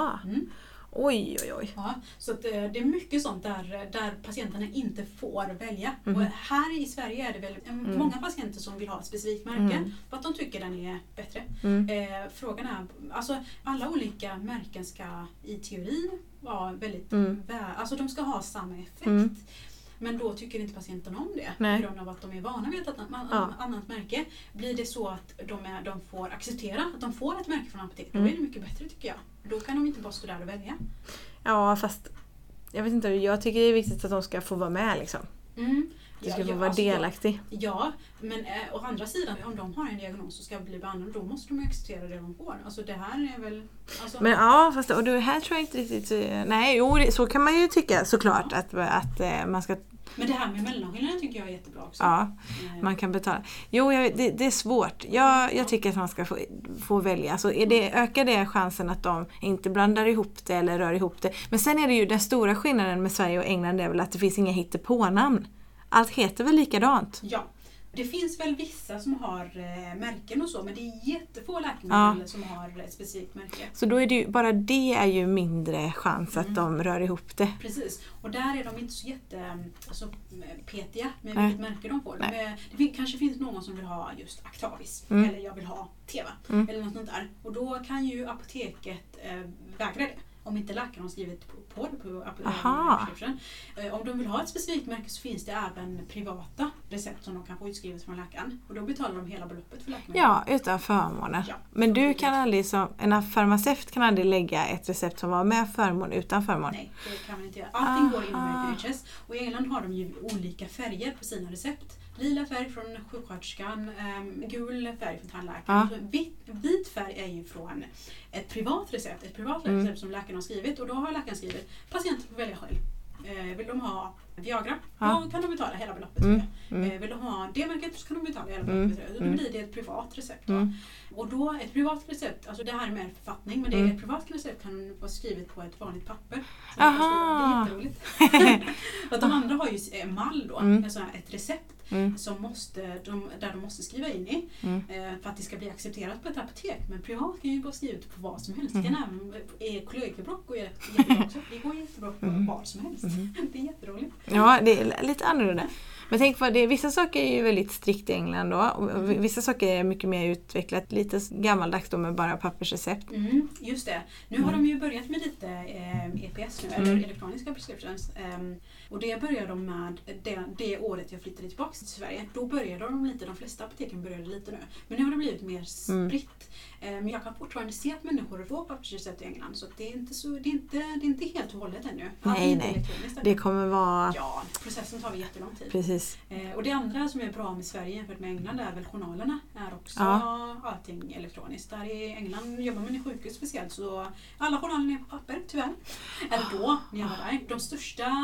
Oj. Ja, så att, det är mycket sånt där patienterna inte får välja. Och här i Sverige är det väl många patienter som vill ha ett specifikt märke för att de tycker den är bättre. Frågan är, alltså alla olika märken ska i teorin vara väldigt alltså de ska ha samma effekt. Men då tycker inte patienten om det på grund av att de är vana vid ett annat märke. Blir det så att de får acceptera att de får ett märke från apoteket, då är det mycket bättre tycker jag. Då kan de inte bara stå där och välja. Ja, fast jag vet inte, jag tycker det är viktigt att de ska få vara med liksom. Du ska få vara delaktig. Ja, men å andra sidan, om de har en diagnos och ska bli behandlade, då måste de acceptera det de får. Alltså det här är väl... Alltså... Men ja, fast och det här tror jag inte riktigt... Nej, så kan man ju tycka såklart att man ska... Men det här med mellanskillnaden tycker jag är jättebra också. Ja, man kan betala. Jo, det är svårt. Jag tycker att man ska få välja. Alltså, ökar det chansen att de inte blandar ihop det eller rör ihop det. Men sen är det ju den stora skillnaden med Sverige och England är väl att det finns inga hittepånamn. Allt heter väl likadant? Ja. Det finns väl vissa som har märken och så, men det är jättefå läkemedel som har ett specifikt märke. Så då är det ju, bara det är ju mindre chans att de rör ihop det. Precis, och där är de inte så petiga med vilket märke de får. Det kanske finns någon som vill ha just Actavis, eller jag vill ha Teva, eller något sånt där. Och då kan ju apoteket vägra det. Om inte läkaren har skrivit på prescription. Om de vill ha ett specifikt märke så finns det även privata recept som de kan få utskrivet från läkaren. Och då betalar de hela beloppet för läkemedel. Ja, utan förmåner. Ja, men du kan aldrig, en farmaceut kan aldrig lägga ett recept som var med förmån utan förmån? Nej, det kan man inte göra. Allting går inom NHS. Och i England har de ju olika färger på sina recept. Lila färg från sjuksköterskan, gul färg från tandläkaren. Vit färg är ju från ett privat recept. Ett privat recept som läkaren har skrivit. Och då har läkaren skrivit, patienten får välja själv. Vill de ha Viagra, då kan de betala hela beloppet. Vill de ha det märket så kan de betala hela beloppet. Då blir det ett privat recept. Och då ett privat recept, alltså det här är mer författning, men det är ett privat recept kan vara skrivet på ett vanligt papper. Det är jätteroligt. Att de andra har ju mall då, alltså ett recept som där de måste skriva in i för att det ska bli accepterat på ett apotek. Men privat kan ju bara skriva ut på vad som helst. Det kan även kollegieblock och jättebra också. Det går jättebra på vad som helst. Det är jätteroligt. Ja, det är lite annorlunda. Men tänk på det, vissa saker är ju väldigt strikt i England då. Och vissa saker är mycket mer utvecklat, lite gammaldags då med bara pappersrecept. Just det. Nu har de ju börjat med lite EPS nu, eller elektroniska prescriptions. Och det började de med det året jag flyttade tillbaka till Sverige. Då började de lite, de flesta apoteken började lite nu. Men nu har det blivit mer spritt. Men jag kan fortfarande se att människor får pappersrecept i England. Så det är inte helt och hållet ännu. Nej. Det kommer vara... Ja, processen tar jättelång tid. Precis. Och det andra som är bra med Sverige jämfört med England är väl journalerna. Är också allting elektroniskt. Där i England jobbar man i sjukhus speciellt. Så alla journaler är på papper, tyvärr. Eller då, när jag var där. De största sjukhusen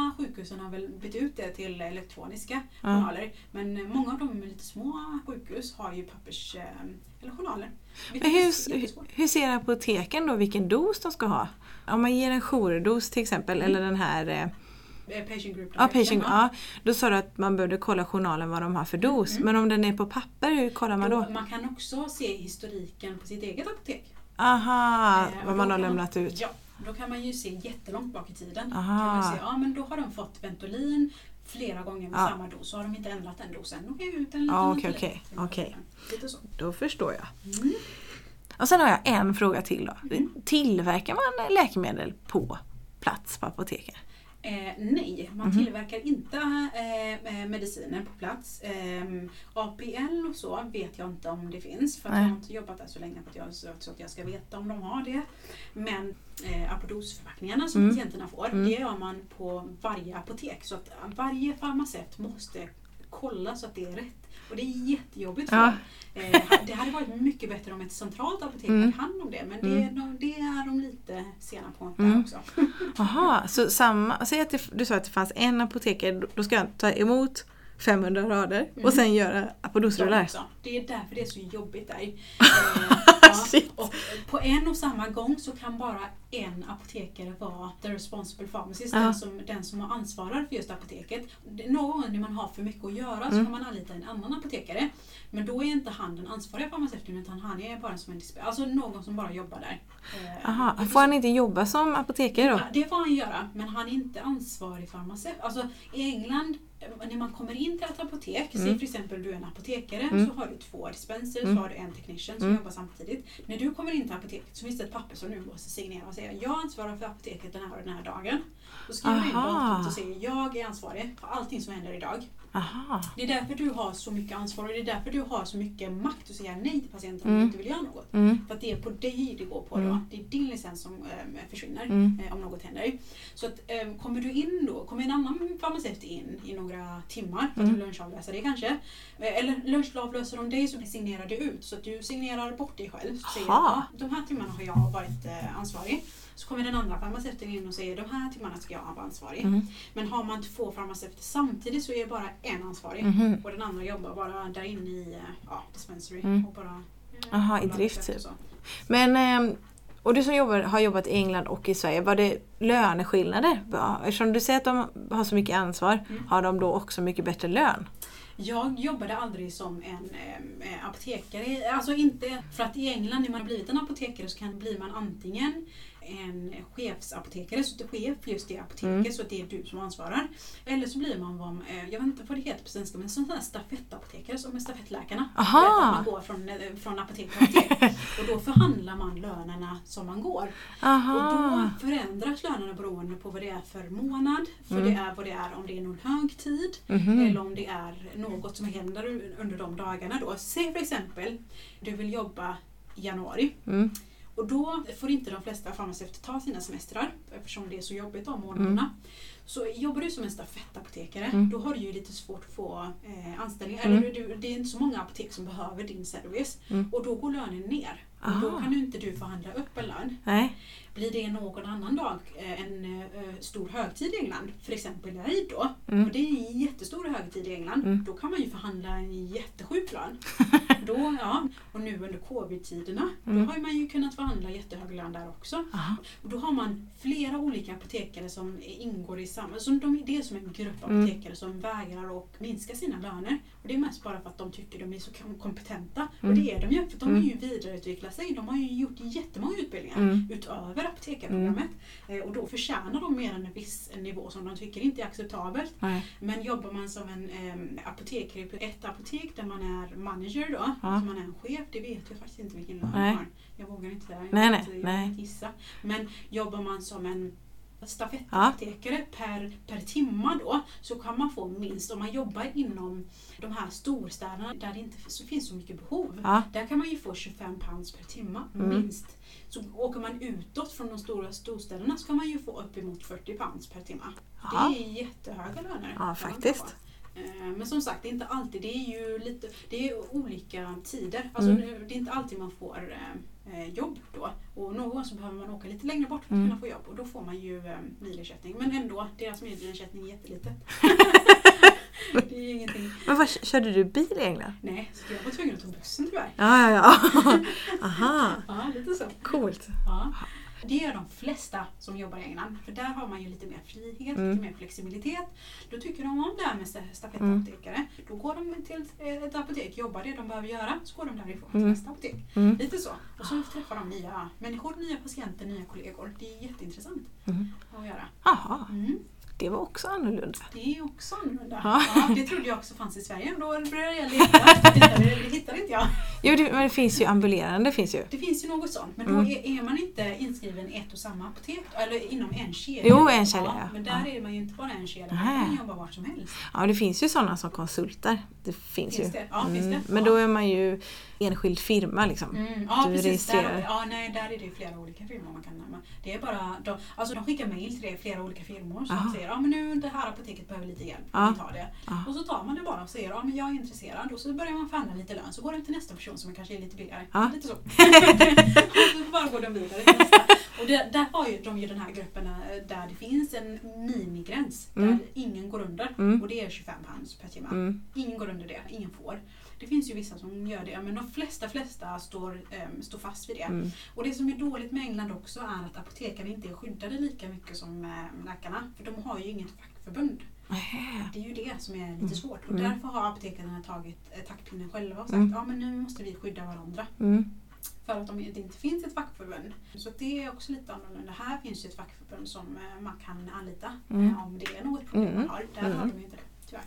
sjukhusen har väl bytt ut det till elektroniska journaler. Men många av de lite små sjukhus har ju pappers eller journaler. Men hur ser apoteken då vilken dos de ska ha? Om man ger en jourdos till exempel, eller den här... Patient group. Då sa du att man borde kolla journalen vad de har för dos. Men om den är på papper, hur kollar man då? Man kan också se historiken på sitt eget apotek. Aha, vad man har lämnat ut. Ja, då kan man ju se jättelångt bak i tiden. Kan man se, men då har de fått Ventolin flera gånger med samma dos. Så har de inte ändrat den dosen. Då kan jag ut en liten okej. Lite så. Då förstår jag. Och sen har jag en fråga till då. Tillverkar man läkemedel på plats på apoteket? Nej, man tillverkar inte mediciner på plats. APL och så vet jag inte om det finns. För att jag har inte jobbat där så länge så att jag ska veta om de har det. Men apodosförpackningarna som patienterna får, det gör man på varje apotek. Så att varje farmaceut måste kolla så att det är rätt. Och det är jättejobbigt för dem. Det hade varit mycket bättre om ett centralt apotek hade hand om det. Men det är de lite sena på där också. Jaha, så säg att du sa att det fanns en apotekare. Då ska jag ta emot 500 rader och sen göra apodosrullar. Det är därför det är så jobbigt där. Och på en och samma gång så kan bara en apotekare vara the responsible pharmacist, den som ansvarar för just apoteket. Någon gång när man har för mycket att göra så kan man anlita en annan apotekare. Men då är inte han den ansvariga farmaceuten, utan han är bara som en alltså någon som bara jobbar där. Aha, får han inte jobba som apotekare då? Ja, det får han göra, men han är inte ansvarig farmaceut. Alltså i England, när man kommer in till ett apotek, säg för exempel du är en apotekare, så har du 2 dispensers, så har du en technician som jobbar samtidigt. När du kommer in till apoteket så finns det ett papper som du måste signera och säga jag ansvarar för apoteket den här och den här dagen. Då skriver du in datumet och säger jag är ansvarig för allting som händer idag. Aha. Det är därför du har så mycket ansvar och det är därför du har så mycket makt att säga nej till patienten om du inte vill göra något. För att det är på dig det går på då. Det är din licens som försvinner om något händer. Så att kommer du in då, kommer en annan farmaceut in i några timmar för att du lunchavlöser det kanske. Eller lunchavlöser de dig så signerar du ut så att du signerar bort dig själv. Så säger de här timmarna har jag varit ansvarig. Så kommer den andra farmaceuten in och säger de här timmarna ska jag vara ansvarig. Men har man 2 farmaceuter samtidigt så är det bara en ansvarig. Och den andra jobbar bara där inne i dispensary. Och bara, i drift typ. Men, och du som har jobbat i England och i Sverige, var det löneskillnader? Eftersom du säger att de har så mycket ansvar, har de då också mycket bättre lön? Jag jobbade aldrig som en apotekare. Alltså inte, för att i England när man har blivit en apotekare så blir man antingen en chefsapotekare, så det är chef för just det apoteket, så att det är du som ansvarar. Eller så blir man, jag vet inte vad det heter på svenska, men sån här stafettapotekare som är stafettläkarna. Man går från apotek till apotek. Och då förhandlar man lönerna som man går. Och då förändras lönerna beroende på vad det är för månad. För det är vad det är om det är någon högtid. Eller om det är något som händer under de dagarna då. Säg för exempel, du vill jobba i januari. Och då får inte de flesta farmaceuter ta sina semestrar eftersom det är så jobbigt de månaderna. Så jobbar du som en stafettapotekare, då har du ju lite svårt att få anställningar. Eller det är inte så många apotek som behöver din service. Och då går lönen ner. Och då kan inte du förhandla upp en lön. Nej. Blir det någon annan dag en stor högtid i England, för exempel Eid då, och det är en jättestor högtid i England, då kan man ju förhandla en jättesjuk lön. Och nu under covid-tiderna, då har man ju kunnat förhandla jättehög lön där också. Och då har man flera olika apotekare som ingår i samma, det är som en grupp apotekare som vägrar att minska sina löner. Och det är mest bara för att de tycker de är så kompetenta. Och det är de ju, för de har ju vidareutvecklat sig. De har ju gjort jättemånga utbildningar utöver apotekarprogrammet. Och då förtjänar de mer än en viss nivå som de tycker inte är acceptabelt. Men jobbar man som en apotekare på ett apotek där man är manager då, alltså man är en chef, det vet jag faktiskt inte vilken lön man har. Jag vågar inte där, jag inte gissa. Men jobbar man som en stafettapotekare per timma då, så kan man få minst, om man jobbar inom de här storstäderna där det inte finns så mycket behov, där kan man ju få 25 pounds per timma minst. Så åker man utåt från de stora storstäderna så kan man ju få uppemot 40 pounds per timma. Det är jättehöga löner. Ja, faktiskt. Men som sagt, det är inte alltid, det är olika tider. Alltså det är inte alltid man får jobb då. Och någon gång så behöver man åka lite längre bort för att kunna få jobb. Och då får man ju milersättning. Men ändå, deras milersättning är jätteliten. Det är ingenting. Men vad, körde du bil i England? Nej, så jag var tvungen att ta bussen tyvärr. Ja. Aha. Ja, lite så. Coolt. Ja. Det är de flesta som jobbar i England. För där har man ju lite mer frihet, lite mer flexibilitet. Då tycker de om det här med stafettapotekare. Då går de till ett apotek, jobbar det de behöver göra, så går de därifrån till nästa apotek. Lite så. Och så träffar de nya människor, nya patienter, nya kollegor. Det är jätteintressant att göra. Jaha. Det var också annorlunda. Det är också annorlunda. Ja, det trodde jag också fanns i Sverige. Då började jag leta. Det hittade inte jag. Jo, men det finns ju ambulerande. Det finns ju något sånt. Men då är man inte inskriven i ett och samma apotek. Eller inom en kedja. Jo, en kedja. Ja, men där är man ju inte bara en kedja. Man kan jobba vart som helst. Ja, det finns ju sådana som konsultar. Det finns ju. Det? Ja, finns det. Men då är man ju enskild firma liksom. Ja, precis. Där är det flera olika firmor man kan nämna. Det är bara, de skickar mejl till det, flera olika firmor som säger, men nu det här apoteket behöver lite hjälp, vi tar det. Och så tar man det bara och säger, men jag är intresserad. Och så börjar man förhandla lite lön, så går det till nästa person som kanske är lite billigare. Lite så. Och så bara går de vidare till nästa. Och där har ju de den här gruppen där det finns en minimigräns där ingen går under. Och det är 25 pounds per timme. Ingen går under det, ingen får. Det finns ju vissa som gör det, men de flesta står fast vid det. Och det som är dåligt med England också är att apotekarna inte är skyddade lika mycket som läkarna. För de har ju inget fackförbund. Det är ju det som är lite svårt. Och därför har apotekarna tagit taktpinnen själva och sagt, men nu måste vi skydda varandra. För att det inte finns ett fackförbund. Så det är också lite annorlunda. Här finns ju ett fackförbund som man kan anlita om det är något problem man har. Där har de ju inte det, tyvärr.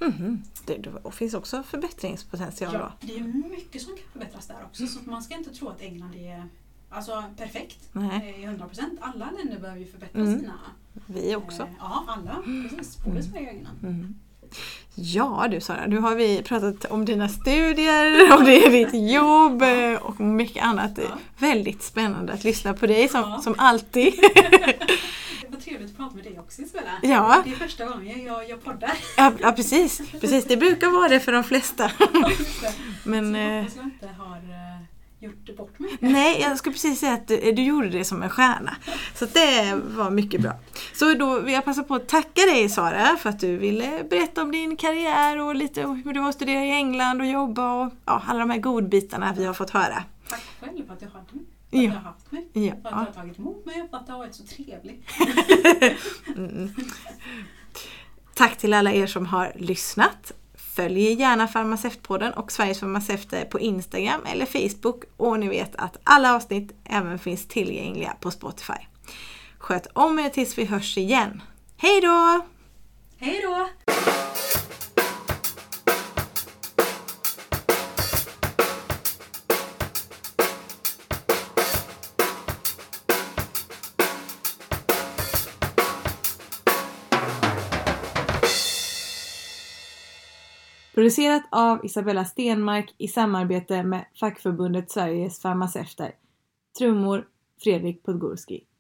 Det finns också förbättringspotential då. Det är mycket som kan förbättras där också. Så man ska inte tro att England är perfekt. Nej. 100%. Alla länder behöver ju förbättra sina. Vi också. Ja, alla. Precis. Både Sverige och England. Ja du Sara, nu har vi pratat om dina studier, om det är ditt jobb och mycket annat. Väldigt spännande att lyssna på dig som alltid. Det var trevligt att prata med dig också, Isabella. Ja. Det är första gången jag poddar. Ja, precis. Det brukar vara det för de flesta. Men, så jag hoppas jag inte har gjort det bort mig. Nej, jag skulle precis säga att du gjorde det som en stjärna. Så det var mycket bra. Så då vill jag passa på att tacka dig Sara för att du ville berätta om din karriär och lite om hur du har studerat i England och jobba och alla de här godbitarna vi har fått höra. Tack själv för att jag hade mig. För att jag har haft mig. Ja. För att jag har tagit emot mig och för att det har varit så trevligt. Tack till alla er som har lyssnat. Följ gärna Farmaceutpodden och Sveriges farmaceuter på Instagram eller Facebook. Och ni vet att alla avsnitt även finns tillgängliga på Spotify. Sköt om er tills vi hörs igen. Hej då! Hej då! Producerat av Isabella Stenmark i samarbete med fackförbundet Sveriges farmaceuter. Trummor Fredrik Podgorski.